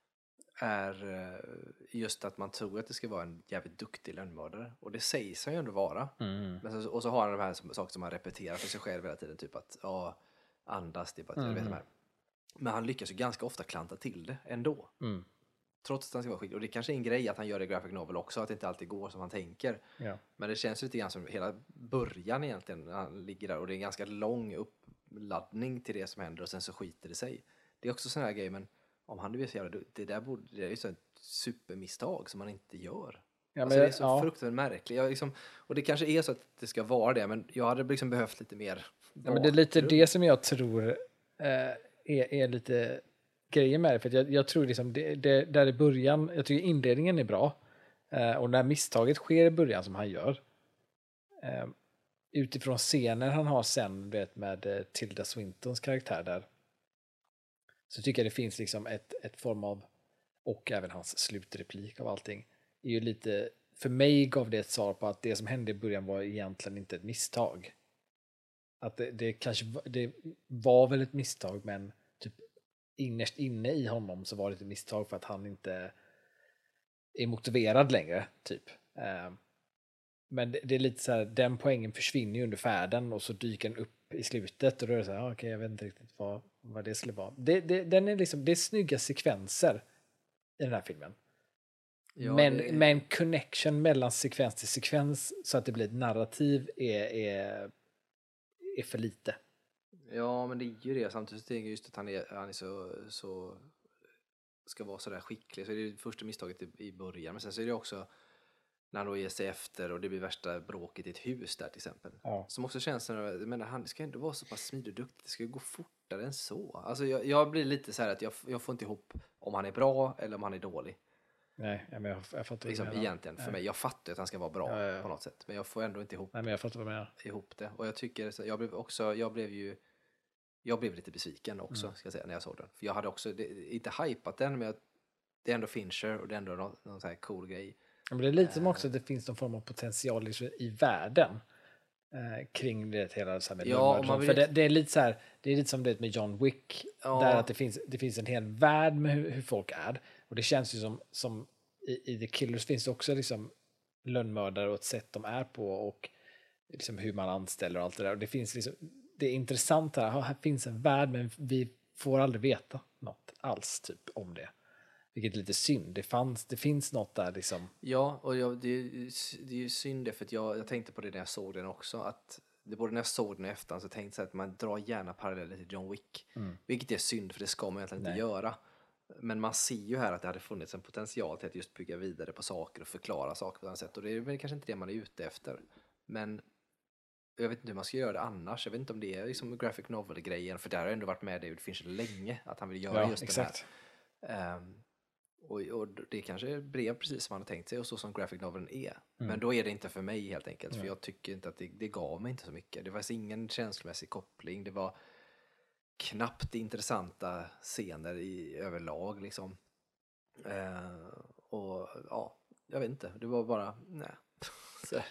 är just att man tror att det ska vara en jävligt duktig lönnmördare. Och det sägs han ju ändå vara. Men och så har han de här saker som han repeterar för sig själv hela tiden. Typ att andas, typ att jag vet de här. Men han lyckas ju ganska ofta klanta till det ändå. Trots att han ska vara skicklig. Och det kanske är en grej att han gör det i Graphic Novel också, att det inte alltid går som han tänker. Ja. Men det känns lite grann som hela början egentligen, när han ligger där. Och det är en ganska lång uppladdning till det som händer, och sen så skiter det sig. Det är också sån här grej, men om han nu är så jävla, det är ju så ett supermisstag som man inte gör. Ja, alltså det är så fruktansvärt märkligt. Liksom, och det kanske är så att det ska vara det, men jag hade liksom behövt lite mer bakgrund. Men det är lite det som jag tror är lite grejen med det. För jag tror liksom det där i början, jag tycker inledningen är bra. Och när misstaget sker i början som han gör, utifrån scener han har sen med Tilda Swintons karaktär där, så tycker jag det finns liksom ett form av, och även hans slutreplik av allting, är ju lite, för mig gav det ett svar på att det som hände i början var egentligen inte ett misstag. Att det var väl ett misstag, men typ innerst inne i honom så var det ett misstag för att han inte är motiverad längre, typ. Men det är lite så här, den poängen försvinner ju under färden och så dyker den upp i slutet och då är det så här, okej, jag vet inte riktigt vad det skulle vara. Den är liksom, det är snygga sekvenser i den här filmen. Ja, men en connection mellan sekvens till sekvens så att det blir ett narrativ är för lite. Ja, men det är ju det. Samtidigt tänker jag just att han är så ska vara så där skicklig. Så är det första misstaget i början. Men sen så är det också när han då ger sig efter och det blir värsta bråket i ett hus där till exempel. Ja. Som också känns som, men han ska ändå vara så pass smidig och duktig. Det ska ju gå fortare än så. Alltså jag blir lite så här att jag får inte ihop om han är bra eller om han är dålig. Nej, men jag fattar Liksom, egentligen för mig. Jag fattar att han ska vara bra på något sätt. Men jag får ändå inte ihop, Nej, men jag fattar vad du menar. ihop det. Och jag tycker, jag blev lite besviken också, ska jag säga, när jag såg den. För jag hade också, inte hypat den, men det är ändå Fincher och det är ändå någon sån här cool grej. Men det är lite som också att det finns någon form av potential i världen kring det hela så här med för det är lite så här, det är lite som det med John Wick där att det finns en hel värld med hur folk är, och det känns ju som i The Killers finns det också liksom lönnmördare och ett sätt de är på och liksom hur man anställer och allt det där, och det finns liksom, det är intressant här finns en värld men vi får aldrig veta något alls typ om det. Vilket är lite synd. Det finns något där liksom. Ja, och det är ju synd det, för att jag tänkte på det när jag såg den också. Att det både när jag såg den och efterhand så tänkte jag att man drar gärna paralleller till John Wick. Vilket är synd, för det ska man egentligen inte göra. Men man ser ju här att det hade funnits en potential till att just bygga vidare på saker och förklara saker på ett annat sätt. Och det är väl kanske inte det man är ute efter. Men jag vet inte hur man ska göra det annars. Jag vet inte om det är liksom graphic novel-grejen. För där har ändå varit med David Fincher länge. Att han vill göra just exakt. den här. Och det kanske blev precis som han hade tänkt sig och så som graphic noveln är. Men då är det inte för mig helt enkelt. För jag tycker inte att det gav mig inte så mycket. Det var ingen känslomässig koppling. Det var knappt intressanta scener överlag liksom. Och ja, jag vet inte. Det var bara, nej. Så.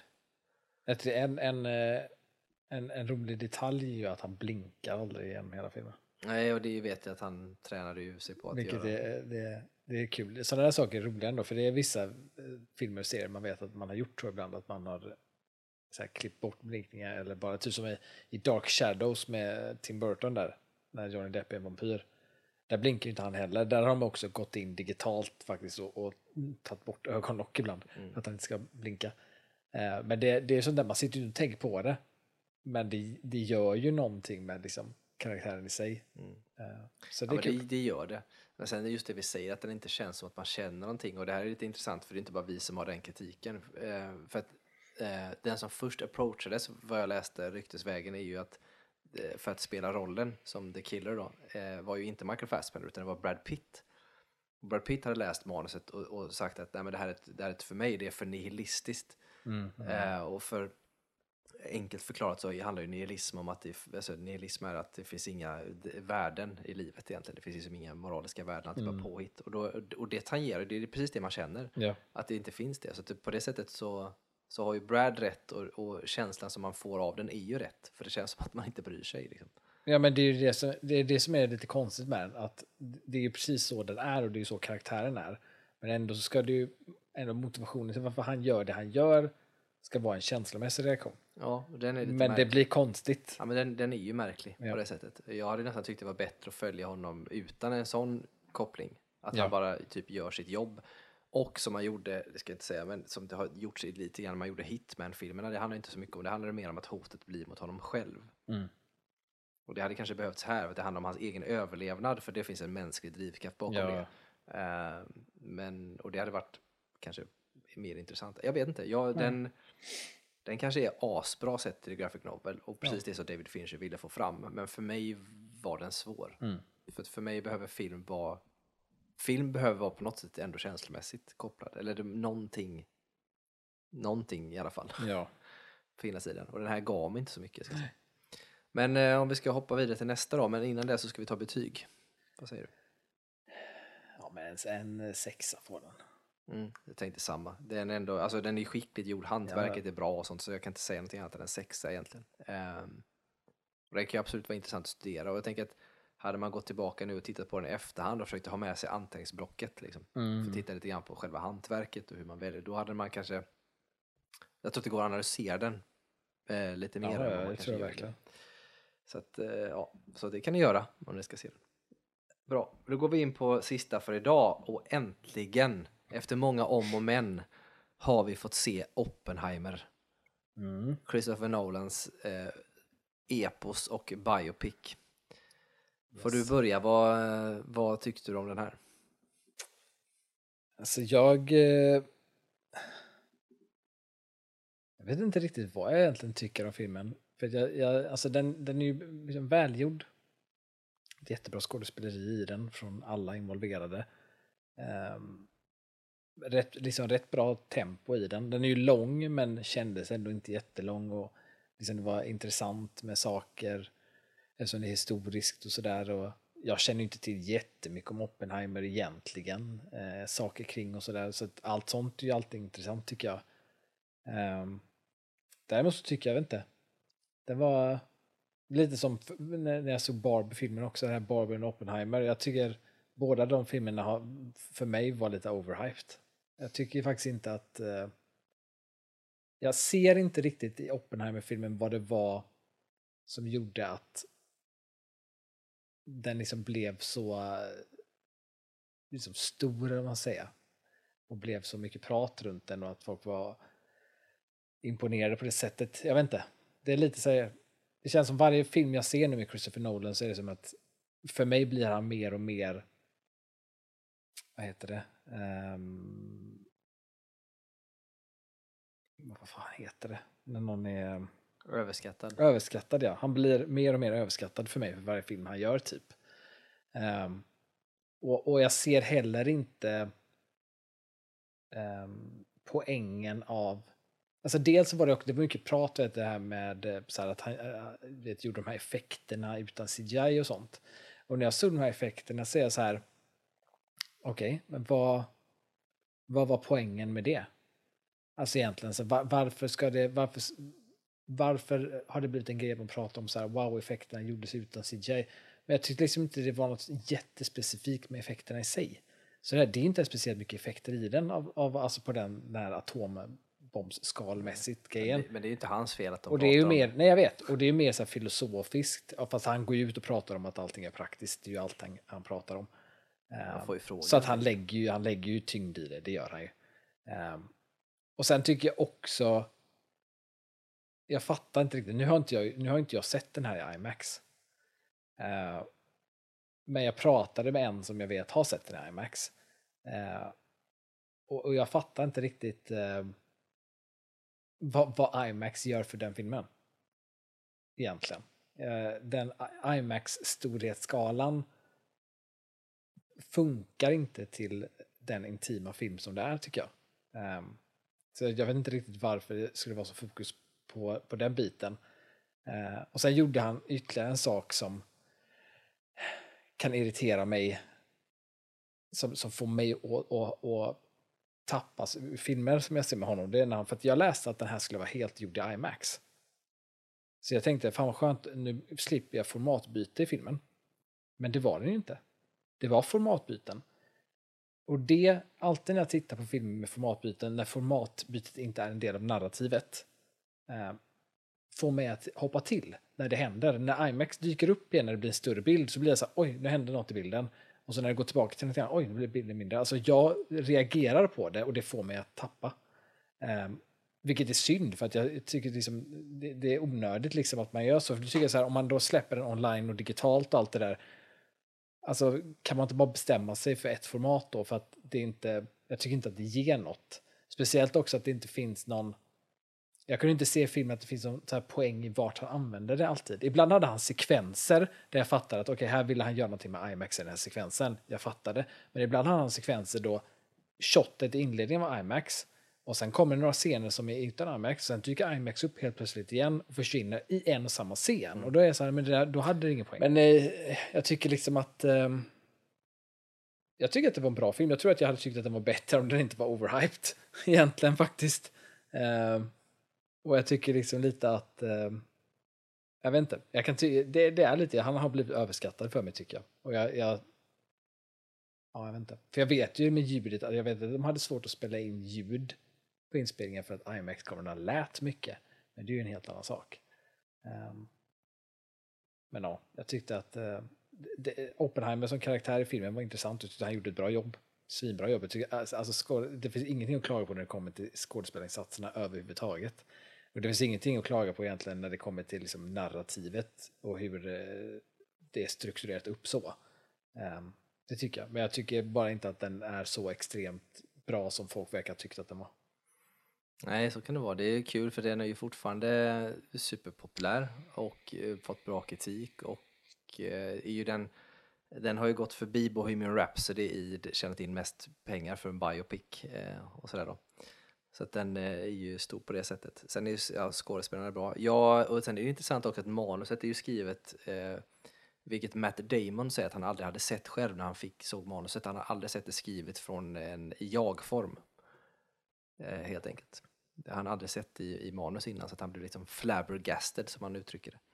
En rolig detalj är ju att han blinkar aldrig genom hela filmen. Nej, och det vet jag att han tränade ju sig på att vilket göra. Det är kul. Sådana där saker är roliga ändå, för det är vissa filmer och serier man vet att man har gjort så ibland, att man har så här klippt bort blinkningar, eller bara typ som i Dark Shadows med Tim Burton där, när Johnny Depp är en vampyr. Där blinkar inte han heller. Där har de också gått in digitalt faktiskt och tagit bort ögonlock ibland för att han inte ska blinka. Men det är sånt där, man sitter ju och tänker på det. Men det gör ju någonting med liksom karaktären i sig. Så det är kul. Det gör det. Men sen är det just det vi säger, att den inte känns som att man känner någonting. Och det här är lite intressant, för det är inte bara vi som har den kritiken. För att den som först approachades, vad jag läste ryktesvägen, är ju att för att spela rollen som The Killer då, var ju inte Michael Fassbender utan det var Brad Pitt. Brad Pitt hade läst manuset och sagt att nej, men det här är inte för mig, det är för nihilistiskt. Och för enkelt förklarat så handlar ju nihilism om att nihilism är att det finns inga värden i livet egentligen. Det finns liksom inga moraliska värden, att det bara påhitt. Och det tangerar, det är precis det man känner. Ja. Att det inte finns det. Så att på det sättet så har ju Brad rätt, och känslan som man får av den är ju rätt. För det känns som att man inte bryr sig liksom. Ja, men det är ju det som är lite konstigt med den, att det är ju precis så den är och det är ju så karaktären är. Men ändå så ska det ju, ändå motivationen till varför han gör det han gör ska vara en känslomässig reaktion. Ja, den är lite men märklig. Det blir konstigt. Ja, men den är ju märklig på det sättet. Jag hade nästan tyckt det var bättre att följa honom utan en sån koppling. Att han bara typ gör sitt jobb. Och som man gjorde, det ska jag inte säga, men som det har gjorts lite grann när man gjorde Hitman-filmerna, det handlar inte så mycket om det. Handlar mer om att hotet blir mot honom själv. Och det hade kanske behövts här, för det handlar om hans egen överlevnad, för det finns en mänsklig drivkraft bakom det. Och det hade varit kanske mer intressant. Jag vet inte, den kanske är asbra sett till graphic novel och precis det som David Fincher ville få fram, men för mig var den svår. För mig behöver film behöver vara på något sätt ändå känslomässigt kopplad, eller någonting i alla fall. På ena sidan. Och den här gav mig inte så mycket, ska jag säga. Men om vi ska hoppa vidare till nästa då, men innan det så ska vi ta betyg. Vad säger du? Ja, men en 6 får den. Jag tänkte samma. Den är skickligt gjord, hantverket är bra och sånt, så jag kan inte säga någonting annat än en 6 egentligen. Och det kan ju absolut vara intressant att studera, och jag tänker att hade man gått tillbaka nu och tittat på den i efterhand och försökt ha med sig anteckningsblocket liksom, för att titta lite grann på själva hantverket och hur man väljer, då hade man kanske, jag tror att det går att analysera den lite mer än vad man kanske tror jag gör. verkligen. Så att, så det kan ni göra om ni ska se den. Bra, då går vi in på sista för idag, och äntligen efter många om och men har vi fått se Oppenheimer. Christopher Nolans epos och biopic. Får du börja, vad tyckte du om den här? Alltså jag vet inte riktigt vad jag egentligen tycker om filmen. För alltså den är ju liksom välgjord. Det är jättebra skådespeleri i den från alla involverade. Rätt bra tempo i den. Den är ju lång men kändes ändå inte jättelång och liksom det var intressant med saker eftersom det är historiskt och sådär. Och jag känner ju inte till jättemycket om Oppenheimer egentligen. Saker kring och sådär. Så att allt sånt är ju alltid intressant tycker jag. Däremot så tycker jag inte. Det var lite som när jag såg Barbie-filmen också. Den här Barbie och Oppenheimer. Jag tycker båda de filmerna för mig var lite overhyped. Jag tycker faktiskt inte att jag ser inte riktigt i Oppenheimer-filmen vad det var som gjorde att den liksom blev så liksom stor, eller man säger, och blev så mycket prat runt den och att folk var imponerade på det sättet. Jag vet inte. Det är lite så här, det känns som varje film jag ser nu med Christopher Nolan så är det som att för mig blir han mer och mer, vad heter det? Vad fan heter det? När någon är överskattad, ja. Han blir mer och mer överskattad för mig för varje film han gör typ. Och jag ser heller inte poängen av, alltså dels så var det mycket prat det här med så här, att han gjorde de här effekterna utan CGI och sånt. Och när jag såg de här effekterna så är jag så här, okej, men vad var poängen med det? Alltså egentligen, så varför har det blivit en grej att prata om så här, wow-effekterna gjordes utan CGI? Men jag tyckte liksom inte det var något jättespecifikt med effekterna i sig. Så det är inte speciellt mycket effekter i den alltså på den här atombombsskalmässigt grejen. Men det är ju inte hans fel att de och det är ju mer, nej jag vet, och det är mer så här filosofiskt, fast han går ju ut och pratar om att allting är praktiskt, det är ju allt han pratar om. Så att han lägger ju tyngd i det gör han ju. Och sen tycker jag också, jag fattar inte riktigt, nu har inte jag sett den här i IMAX. Men jag pratade med en som jag vet har sett den här i IMAX. Och jag fattar inte riktigt vad IMAX gör för den filmen. Egentligen. Den IMAX-storhetsskalan funkar inte till den intima film som det är tycker jag. Så jag vet inte riktigt varför det skulle vara så fokus på den biten. Och sen gjorde han ytterligare en sak som kan irritera mig, som får mig att tappas filmer som jag ser med honom. Det är för att jag läste att den här skulle vara helt gjord i IMAX. Så jag tänkte, fan vad skönt, nu slipper jag formatbyte i filmen. Men det var den ju inte. Det var formatbyten. Och det, alltid när jag tittar på filmer med formatbyten, när formatbytet inte är en del av narrativet, får mig att hoppa till när det händer. När IMAX dyker upp igen, när det blir en större bild, så blir det så här, oj, nu händer något i bilden. Och så när det går tillbaka till något, oj, nu blir bilden mindre. Alltså jag reagerar på det och det får mig att tappa. Vilket är synd, för att jag tycker liksom, det är onödigt liksom att man gör så. För du tycker så här, om man då släpper den online och digitalt och allt det där, alltså kan man inte bara bestämma sig för ett format då? För att det inte, jag tycker inte att det ger något. Speciellt också att det inte finns någon, jag kunde inte se i filmen att det finns någon så här poäng i vart han använder det alltid. Ibland hade han sekvenser där jag fattade att okej, här ville han göra någonting med IMAX i den här sekvensen. Jag fattade. Men ibland hade han sekvenser då shotet i inledningen var IMAX. Och sen kommer det några scener som är utan IMAX. Sen dyker IMAX upp helt plötsligt igen och försvinner i en och samma scen. Och då är jag så här, men det där, då hade det ingen poäng. Men jag tycker liksom att jag tycker att det var en bra film. Jag tror att jag hade tyckt att den var bättre om den inte var overhyped. Egentligen faktiskt. Och jag tycker liksom lite att jag vet inte. Jag kan det är lite, han har blivit överskattad för mig tycker jag. Och jag vet inte. För jag vet ju med ljudet att jag vet att de hade svårt att spela in ljud på inspelningen för att IMAX-kamerorna lät mycket. Men det är ju en helt annan sak. Men ja, jag tyckte att Oppenheimer som karaktär i filmen var intressant. Jag tyckte han gjorde ett bra jobb. svinbra jobb. Alltså, det finns ingenting att klaga på när det kommer till skådespelarinsatserna överhuvudtaget. Och det finns ingenting att klaga på egentligen när det kommer till liksom narrativet och hur det är strukturerat upp så. Det tycker jag. Men jag tycker bara inte att den är så extremt bra som folk verkar tyckt att den var. Nej, så kan det vara. Det är kul för den är ju fortfarande superpopulär och fått bra kritik och är ju den har ju gått förbi Bohemian Rhapsody i tjänat in mest pengar för en biopic och sådär då. Så att den är ju stor på det sättet. Sen är ju skådespelarna bra. Ja, och sen är det ju intressant också att manuset är ju skrivet vilket Matt Damon säger att han aldrig hade sett själv när han såg manuset. Han har aldrig sett det skrivet från en jag-form. Helt enkelt. Han hade aldrig sett i manus innan så att han blev liksom flabbergasted som man uttrycker det.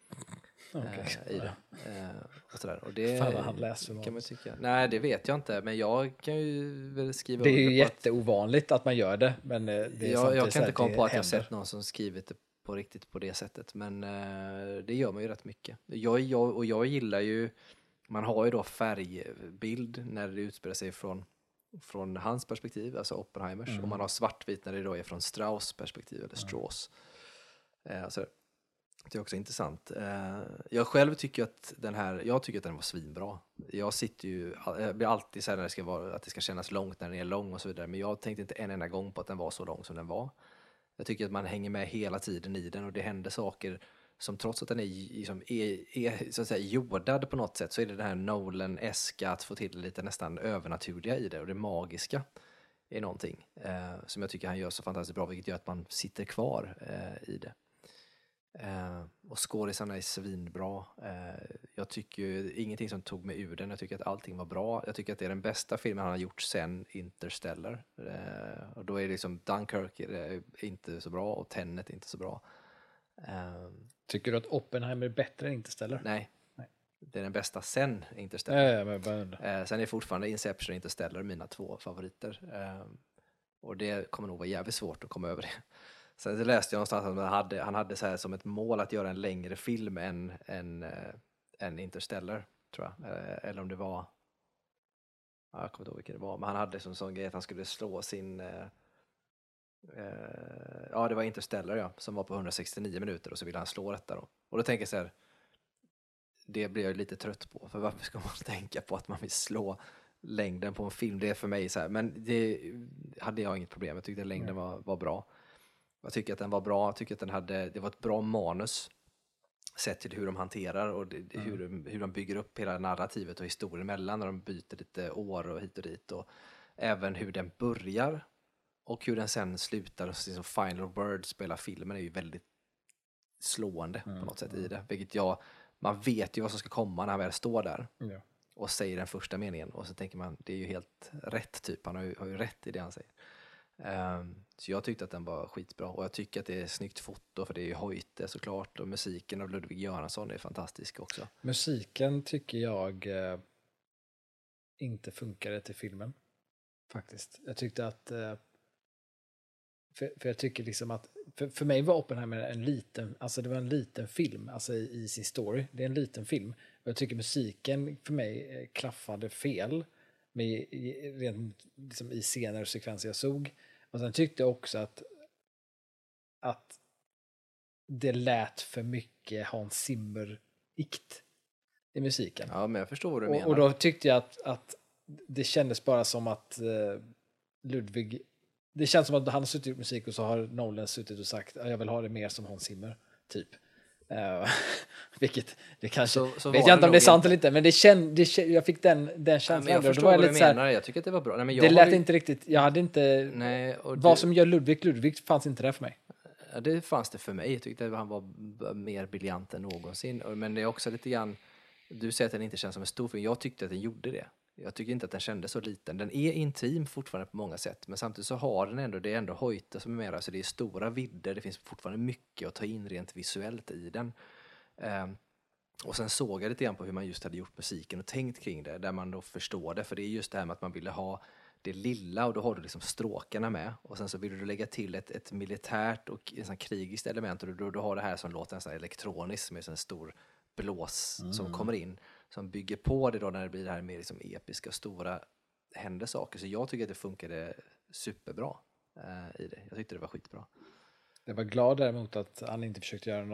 I det. Och sådär. Och det fan vad han läser för kan man tycka. Nej, det vet jag inte, men jag kan ju väl skriva det är ju under jätteovanligt att man gör det, men det är jag kan inte komma på att jag har händer. sett någon som skrivit det på riktigt på det sättet, men det gör man ju rätt mycket. Jag gillar ju, man har ju då färgbild när det utspelar sig från hans perspektiv, alltså Oppenheimers, och man har svartvit när det då är från Strauss perspektiv eller Strauss. Så det är också intressant. Jag själv tycker att den var svinbra. Jag blir alltid så här när att det ska kännas långt när den är lång och så vidare, men jag tänkte inte en enda gång på att den var så lång som den var. Jag tycker att man hänger med hela tiden i den och det händer saker som trots att den är så att säga jordad på något sätt, så är det här Nolan-eska att få till lite nästan övernaturliga i det, och det magiska är någonting som jag tycker han gör så fantastiskt bra, vilket gör att man sitter kvar i det. Och skådisarna är svinbra. Jag tycker ju ingenting som tog mig ur den. Jag tycker att allting var bra. Jag tycker att det är den bästa filmen han har gjort sen Interstellar. Och då är det liksom Dunkirk är inte så bra och Tenet är inte så bra. Tycker du att Oppenheimer är bättre än Interstellar? Nej. Det är den bästa sen Interstellar. Men sen är fortfarande Inception och Interstellar mina 2 favoriter. Och det kommer nog vara jävligt svårt att komma över det. Sen läste jag någonstans att han hade så här som ett mål att göra en längre film än Interstellar, tror jag. Eller om det var... jag kommer inte ihåg vilken det var. Men han hade som sån grej att han skulle slå sin... det var Interstellar, ja. Som var på 169 minuter och så ville han slå detta då. Och då tänker jag så här... Det blir jag lite trött på. För varför ska man tänka på att man vill slå längden på en film? Det är för mig så här... Men det hade jag inget problem. Jag tyckte längden var bra. Jag tycker att den var bra. Jag tycker att det var ett bra manus sett till hur de hanterar och hur de bygger upp hela narrativet och historien mellan när de byter lite år och hit och dit, och även hur den börjar och hur den sen slutar och liksom final word spelar filmen är ju väldigt slående på något sätt i det, vilket man vet ju vad som ska komma när han väl står där och säger den första meningen och så tänker man, det är ju helt rätt typ, han har ju rätt i det han säger. Så jag tyckte att den var skitbra och jag tycker att det är snyggt foto, för det är ju Hoyte såklart, och musiken av Ludwig Göransson är fantastisk också. Musiken tycker jag inte funkade till filmen faktiskt. Jag tyckte att för jag tycker liksom att för mig var Oppenheimer det var en liten film, alltså i sin story. Det är en liten film. Och jag tycker musiken för mig klaffade fel med rent liksom i scener och sekvenser jag såg. Och sen tyckte jag också att det lät för mycket Hans Zimmer-ikt i musiken. Ja, men jag förstår vad du menar. Och då tyckte jag att det kändes bara som att Ludwig... Det känns som att han har suttit i musik och så har Nolan suttit och sagt jag vill ha det mer som Hans Zimmer, typ. Vilket det kanske... Så vet jag inte om det är sant eller inte, men jag fick den känslan. Jag förstår vad du menar, jag tycker att det var bra. Nej, men det lät inte riktigt... Jag hade inte... Nej, vad som gör Ludwig fanns inte där för mig. Ja, det fanns det för mig. Jag tyckte att han var mer briljant än någonsin. Men det är också lite grann... Du säger att den inte känns som en stor film. Jag tyckte att den gjorde det. Jag tycker inte att den kändes så liten. Den är intim fortfarande på många sätt. Men samtidigt så har den ändå... Det är ändå Hoyte som är med. Alltså det är stora vidder. Det finns fortfarande mycket att ta in rent visuellt i den. Och sen såg jag lite grann på hur man just hade gjort musiken och tänkt kring det. Där man då förstår det. För det är just det här med att man ville ha det lilla, och då har du liksom stråkarna med, och sen så vill du lägga till ett militärt och en sån krigiskt element, och du har det här som låter nästan elektroniskt med en stor blås som kommer in, som bygger på det då när det blir det här mer liksom episka och stora händer saker. Så jag tycker att det funkade superbra i det. Jag tyckte det var skitbra. Jag var glad däremot att han inte försökte göra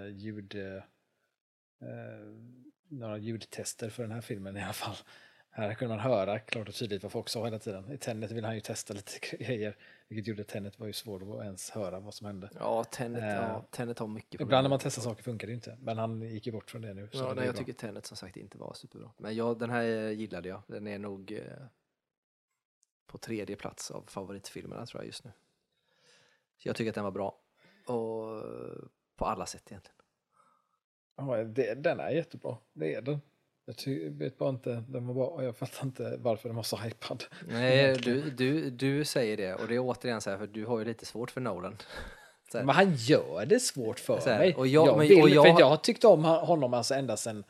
några ljudtester för den här filmen i alla fall. Här kunde man höra klart och tydligt vad folk sa hela tiden. I Tenet ville han ju testa lite grejer, vilket gjorde att Tenet var ju svårt att ens höra vad som hände. Ja, Tenet har mycket problem. Ibland när man testar saker funkar det inte, men han gick ju bort från det nu. Så Ja, det jag tycker Tenet som sagt inte var superbra. Men den här gillade jag. Den är nog på 3:e plats av favoritfilmerna tror jag just nu. Så jag tycker att den var bra. Och på alla sätt egentligen. Ja, den är jättebra. Det är den. Jag vet bara inte, den var bra. Jag fattar inte varför den var så hypad. Nej, du säger det. Och det är återigen så här, för du har ju lite svårt för Nolan. Men han gör det svårt för mig. Och jag har tyckt om honom alltså ända sen,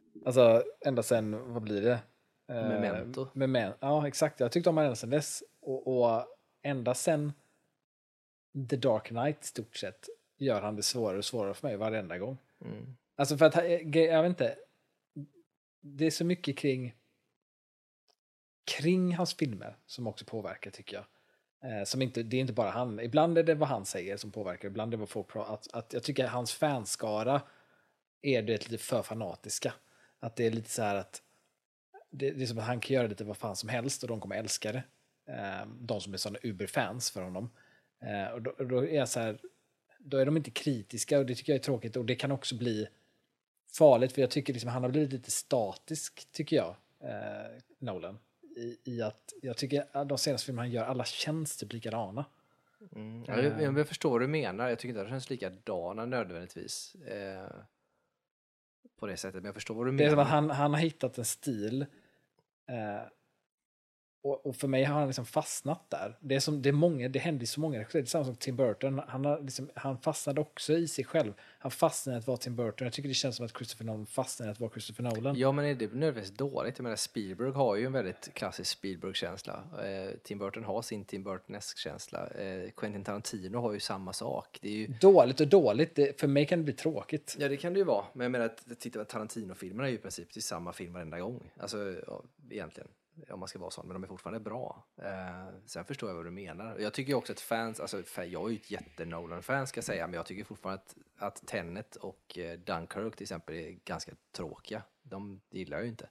vad blir det? Memento. Ja, exakt. Jag tyckte om honom ända sen dess. Och ända sen The Dark Knight stort sett gör han det svårare och svårare för mig varenda gång. Mm. Alltså för att, jag vet inte, det är så mycket kring hans filmer som också påverkar tycker jag. Det är inte bara han. Ibland är det vad han säger som påverkar. Ibland är det vad folk pratar. Att jag tycker att hans fanskara är det lite för fanatiska. Att det är lite så här att det är som att han kan göra lite vad fan som helst och de kommer älska det. De som är sådana uberfans för honom. Och då är jag så här, då är de inte kritiska och det tycker jag är tråkigt och det kan också bli farligt för jag tycker liksom han har blivit lite statisk tycker jag, Nolan. I att jag tycker att de senaste filmerna han gör, alla känns typ likadana. Jag förstår vad du menar. Jag tycker inte att det känns likadana nödvändigtvis på det sättet, men jag förstår vad du menar. Det är som att han har hittat en stil och för mig har han liksom fastnat där. Det händer så många regissörer. Det är samma som Tim Burton. Han fastnade också i sig själv. Han fastnade att vara Tim Burton. Jag tycker det känns som att Christopher Nolan fastnade att vara Christopher Nolan. Ja, men är det nödvändigtvis dåligt? Jag menar, Spielberg har ju en väldigt klassisk Spielberg-känsla. Tim Burton har sin Tim Burton-känsla. Quentin Tarantino har ju samma sak. Det är ju... Dåligt och dåligt. För mig kan det bli tråkigt. Ja, det kan det ju vara. Men jag menar att titta på Tarantino-filmerna är ju i princip till samma film varenda gång. Alltså, ja, egentligen. Om man ska vara sån, men de är fortfarande bra. Sen förstår jag vad du menar. Jag tycker också att fans, alltså jag är ju ett jätte-Nolan-fan ska jag säga, men jag tycker fortfarande att Tenet och Dunkirk till exempel är ganska tråkiga. De gillar jag ju inte.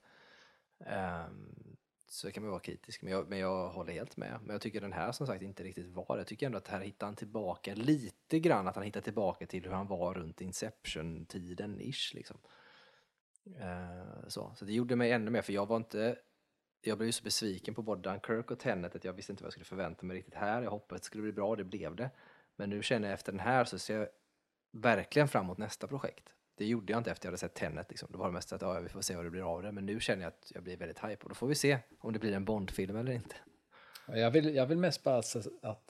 Så kan man vara kritisk, men jag håller helt med. Men jag tycker den här som sagt inte riktigt var det. Jag tycker ändå att här hittar han tillbaka lite grann, att han hittar tillbaka till hur han var runt Inception-tiden ish liksom. Så det gjorde mig ännu mer, för jag blev ju så besviken på både Dunkirk och Tenet att jag visste inte vad jag skulle förvänta mig riktigt här. Jag hoppades att det skulle bli bra, det blev det. Men nu känner jag efter den här så ser jag verkligen fram emot nästa projekt. Det gjorde jag inte efter jag hade sett Tenet. Liksom. Det var det mest att vi får se vad det blir av det. Men nu känner jag att jag blir väldigt hype. Och då får vi se om det blir en Bond-film eller inte. Jag vill mest bara att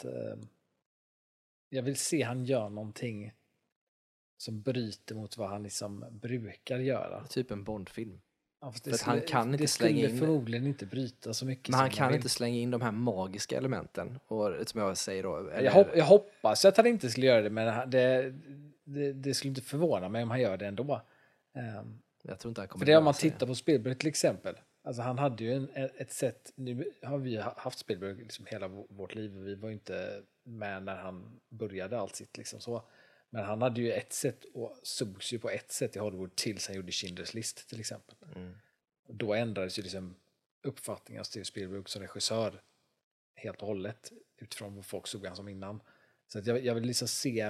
jag vill se han gör någonting som bryter mot vad han liksom brukar göra. Typ en Bond-film. Ja, han kan inte slänga in, förmodligen inte bryta så mycket. Men han kan inte slänga in de här magiska elementen. Och som jag säger då. Jag hoppas att han inte skulle göra det, men det skulle inte förvåna mig om han gör det ändå. Jag tror inte han kommer. För det om man tittar på Spielberg till exempel. Alltså han hade ju ett sätt. Nu har vi haft Spielberg liksom hela vårt liv. Vi var inte med när han började allt sitt liksom så. Men han hade ju ett sätt och sågs ju på ett sätt i Hollywood tills han gjorde Schindler's List till exempel. Och då ändrades ju liksom uppfattningen av Steven Spielberg som regissör helt och hållet utifrån vad folk såg han som innan. Så att jag vill liksom se,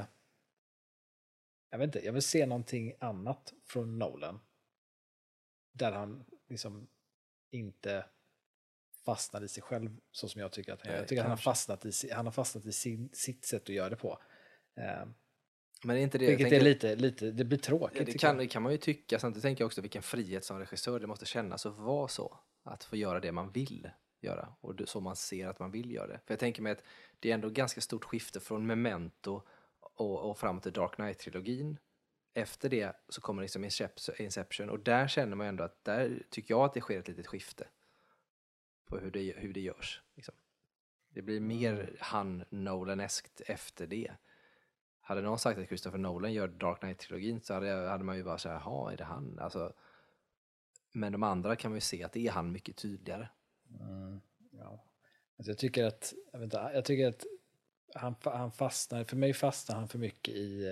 jag vill se någonting annat från Nolan där han liksom inte fastnar i sig själv så som jag tycker att han gör. Jag tycker att han har fastnat i sitt sätt att göra det på. Men är inte det, vilket är lite, det blir tråkigt. Ja, det kan man ju tycka. Samtidigt tänker jag också vilken frihet som regissör det måste kännas att vara så. Att få göra det man vill göra. Och så man ser att man vill göra det. För jag tänker mig att det är ändå ganska stort skifte från Memento och fram till Dark Knight-trilogin. Efter det så kommer liksom Inception. Och där känner man ändå att där tycker jag att det sker ett litet skifte. På hur det görs. Liksom. Det blir mer Nolan-eskt efter det. Hade någon sagt att Christopher Nolan gör Dark Knight-trilogin så hade man ju bara så här, ja, är det han? Alltså, men de andra kan man ju se att det är han mycket tydligare. Ja. Alltså jag tycker att han fastnar, för mig fastnar han för mycket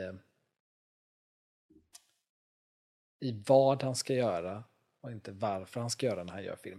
i vad han ska göra och inte varför han ska göra när han gör film.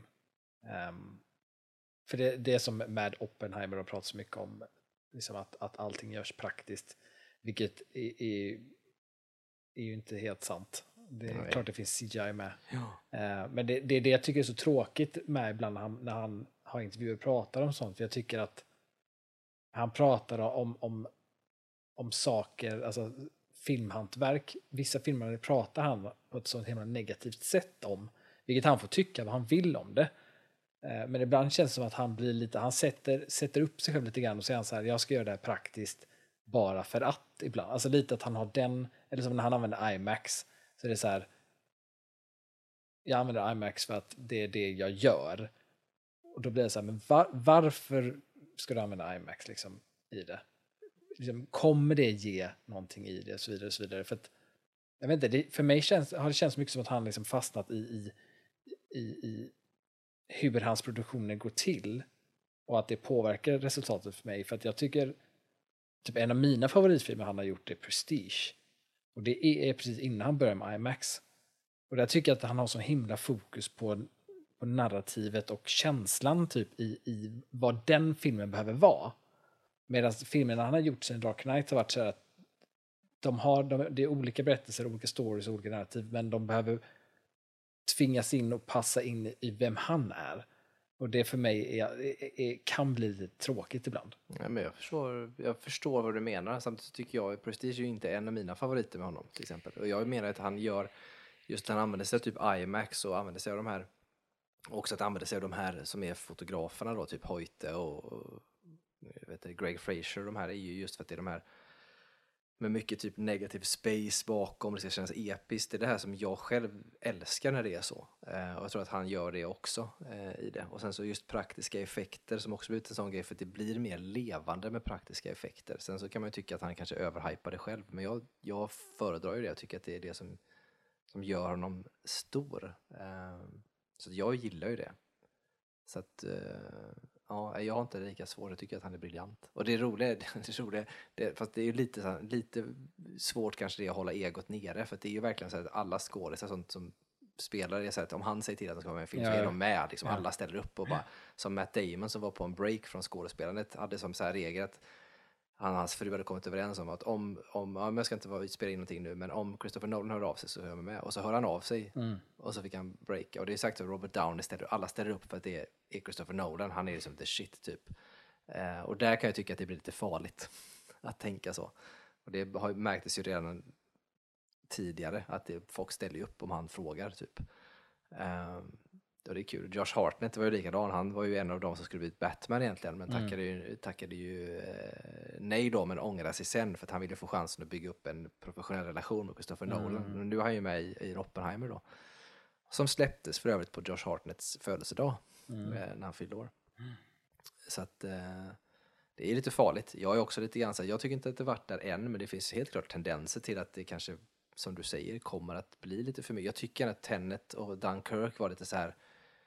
För det är som med Oppenheimer och pratar så mycket om liksom att allting görs praktiskt, vilket är ju inte helt sant. Det är klart det finns CGI med. Ja. Men det är det jag tycker är så tråkigt med ibland när han har intervjuer och pratar om sånt. För jag tycker att han pratar om saker, alltså filmhantverk. Vissa filmer pratar han på ett sånt himla negativt sätt om. Vilket han får tycka vad han vill om det. Men ibland känns det som att han blir lite, han sätter upp sig själv lite grann och säger så här, jag ska göra det här praktiskt bara för att ibland. Alltså lite att han har den, eller som när han använder IMAX, så är det så här, jag använder IMAX för att det är det jag gör. Och då blir det så här, men varför ska du använda IMAX liksom i det? Liksom, kommer det ge någonting i det och så vidare och så vidare. För att, jag vet inte, för mig har det känts mycket som att han liksom fastnat i hur hans produktioner går till och att det påverkar resultatet för mig. För att jag tycker typ en av mina favoritfilmer han har gjort är Prestige. Och det är precis innan han börjar med IMAX. Och där tycker jag att han har så himla fokus på narrativet och känslan typ i vad den filmen behöver vara. Medan filmerna han har gjort sen Dark Knight har varit så här att det är olika berättelser, olika stories och olika narrativ, men de behöver tvingas in och passa in i vem han är. Och det för mig kan bli lite tråkigt ibland. Ja, men jag förstår vad du menar. Samtidigt tycker jag att Prestige är ju inte en av mina favoriter med honom till exempel. Och jag menar att han gör, just han använder sig av typ IMAX och använder sig av de här, också att använda sig av de här som är fotograferna då, typ Hoyte och Greg Fraser, de här är ju just för att det är de här med mycket typ negativ space bakom, det ska kännas episkt. Det är det här som jag själv älskar när det är så. Och jag tror att han gör det också i det. Och sen så just praktiska effekter som också blivit en sån grej, för att det blir mer levande med praktiska effekter. Sen så kan man ju tycka att han kanske överhypar det själv, men jag föredrar ju det. Jag tycker att det är det som gör honom stor. Så jag gillar ju det. Så att ja, jag har inte lika svårt. Jag tycker att han är briljant. Och det roliga, fast det är ju lite svårt kanske det att hålla egot nere, för att det är ju verkligen så att alla skådespelare sånt som spelar är så att om han säger till att de ska vara med i en film så är de med. Liksom, alla ställer upp och bara, som Matt Damon som var på en break från skådespelandet hade som så här regel att han och hans fru hade kommit överens om att om jag ska inte spela in någonting nu, men om Christopher Nolan hör av sig så hör jag med. Och så hör han av sig och så fick han breaka. Och det är sagt att Robert Downey alla ställer upp för att det är Christopher Nolan. Han är liksom the shit typ. Och där kan jag tycka att det blir lite farligt att tänka så. Och det märktes ju redan tidigare att folk ställer upp om han frågar typ. Och det är kul. Josh Hartnett var ju likadan. Han var ju en av de som skulle bli Batman egentligen, men tackade ju nej då, men ångrade sig sen för att han ville få chansen att bygga upp en professionell relation med Christopher Nolan. Men nu är han ju med i Oppenheimer då. Som släpptes för övrigt på Josh Hartnetts födelsedag när han fyllde år. Så att det är lite farligt. Jag är också lite grann så här, jag tycker inte att det varit där än, men det finns helt klart tendenser till att det kanske, som du säger, kommer att bli lite för mycket. Jag tycker att Tenet och Dunkirk var lite så här,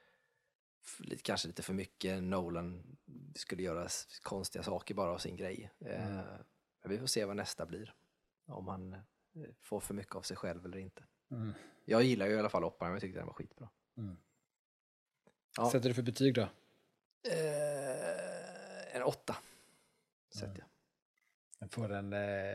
kanske lite för mycket. Nolan skulle göra konstiga saker bara av sin grej. Vi får se vad nästa blir. Om han får för mycket av sig själv eller inte. Jag gillar ju i alla fall Oppenheimer, jag tyckte den var skitbra. Ja. Sätter du för betyg då? En 8 sätter jag. Jag får en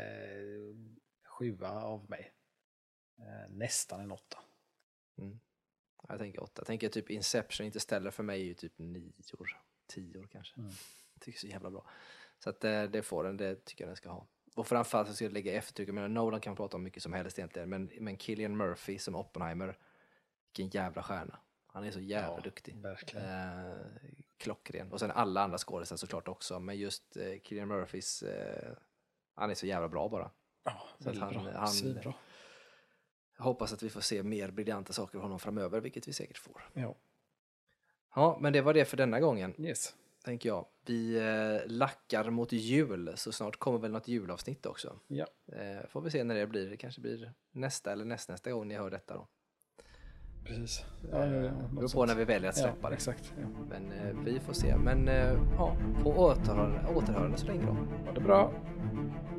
7 av mig. Nästan en 8. Jag tänker 8. Jag tänker typ Inception, inte ställer för mig är ju typ 9, 10 kanske. Jag tycker så jävla bra. Så att det får den, det tycker jag den ska ha. Och framförallt så ska jag lägga eftertryck. Jag menar, Nolan kan prata om mycket som helst egentligen, men Cillian Murphy som Oppenheimer, vilken jävla stjärna. Han är så jävla duktig. Klockren. Och sen alla andra skådespelare såklart också, men just Cillian Murphys han är så jävla bra bara. Ja, så att han bra. Jag hoppas att vi får se mer briljanta saker av honom framöver, vilket vi säkert får. Ja, men det var det för denna gången. Yes. Tänker jag. Vi lackar mot jul, så snart kommer väl något julavsnitt också. Ja. Får vi se när det blir. Det kanske blir nästa eller nästnästa gång ni hör detta då. Precis. Det beror på när vi väljer att släppa det. Exakt. Ja. Men vi får se. Men ja, på återhörande så länge då. Ha det bra.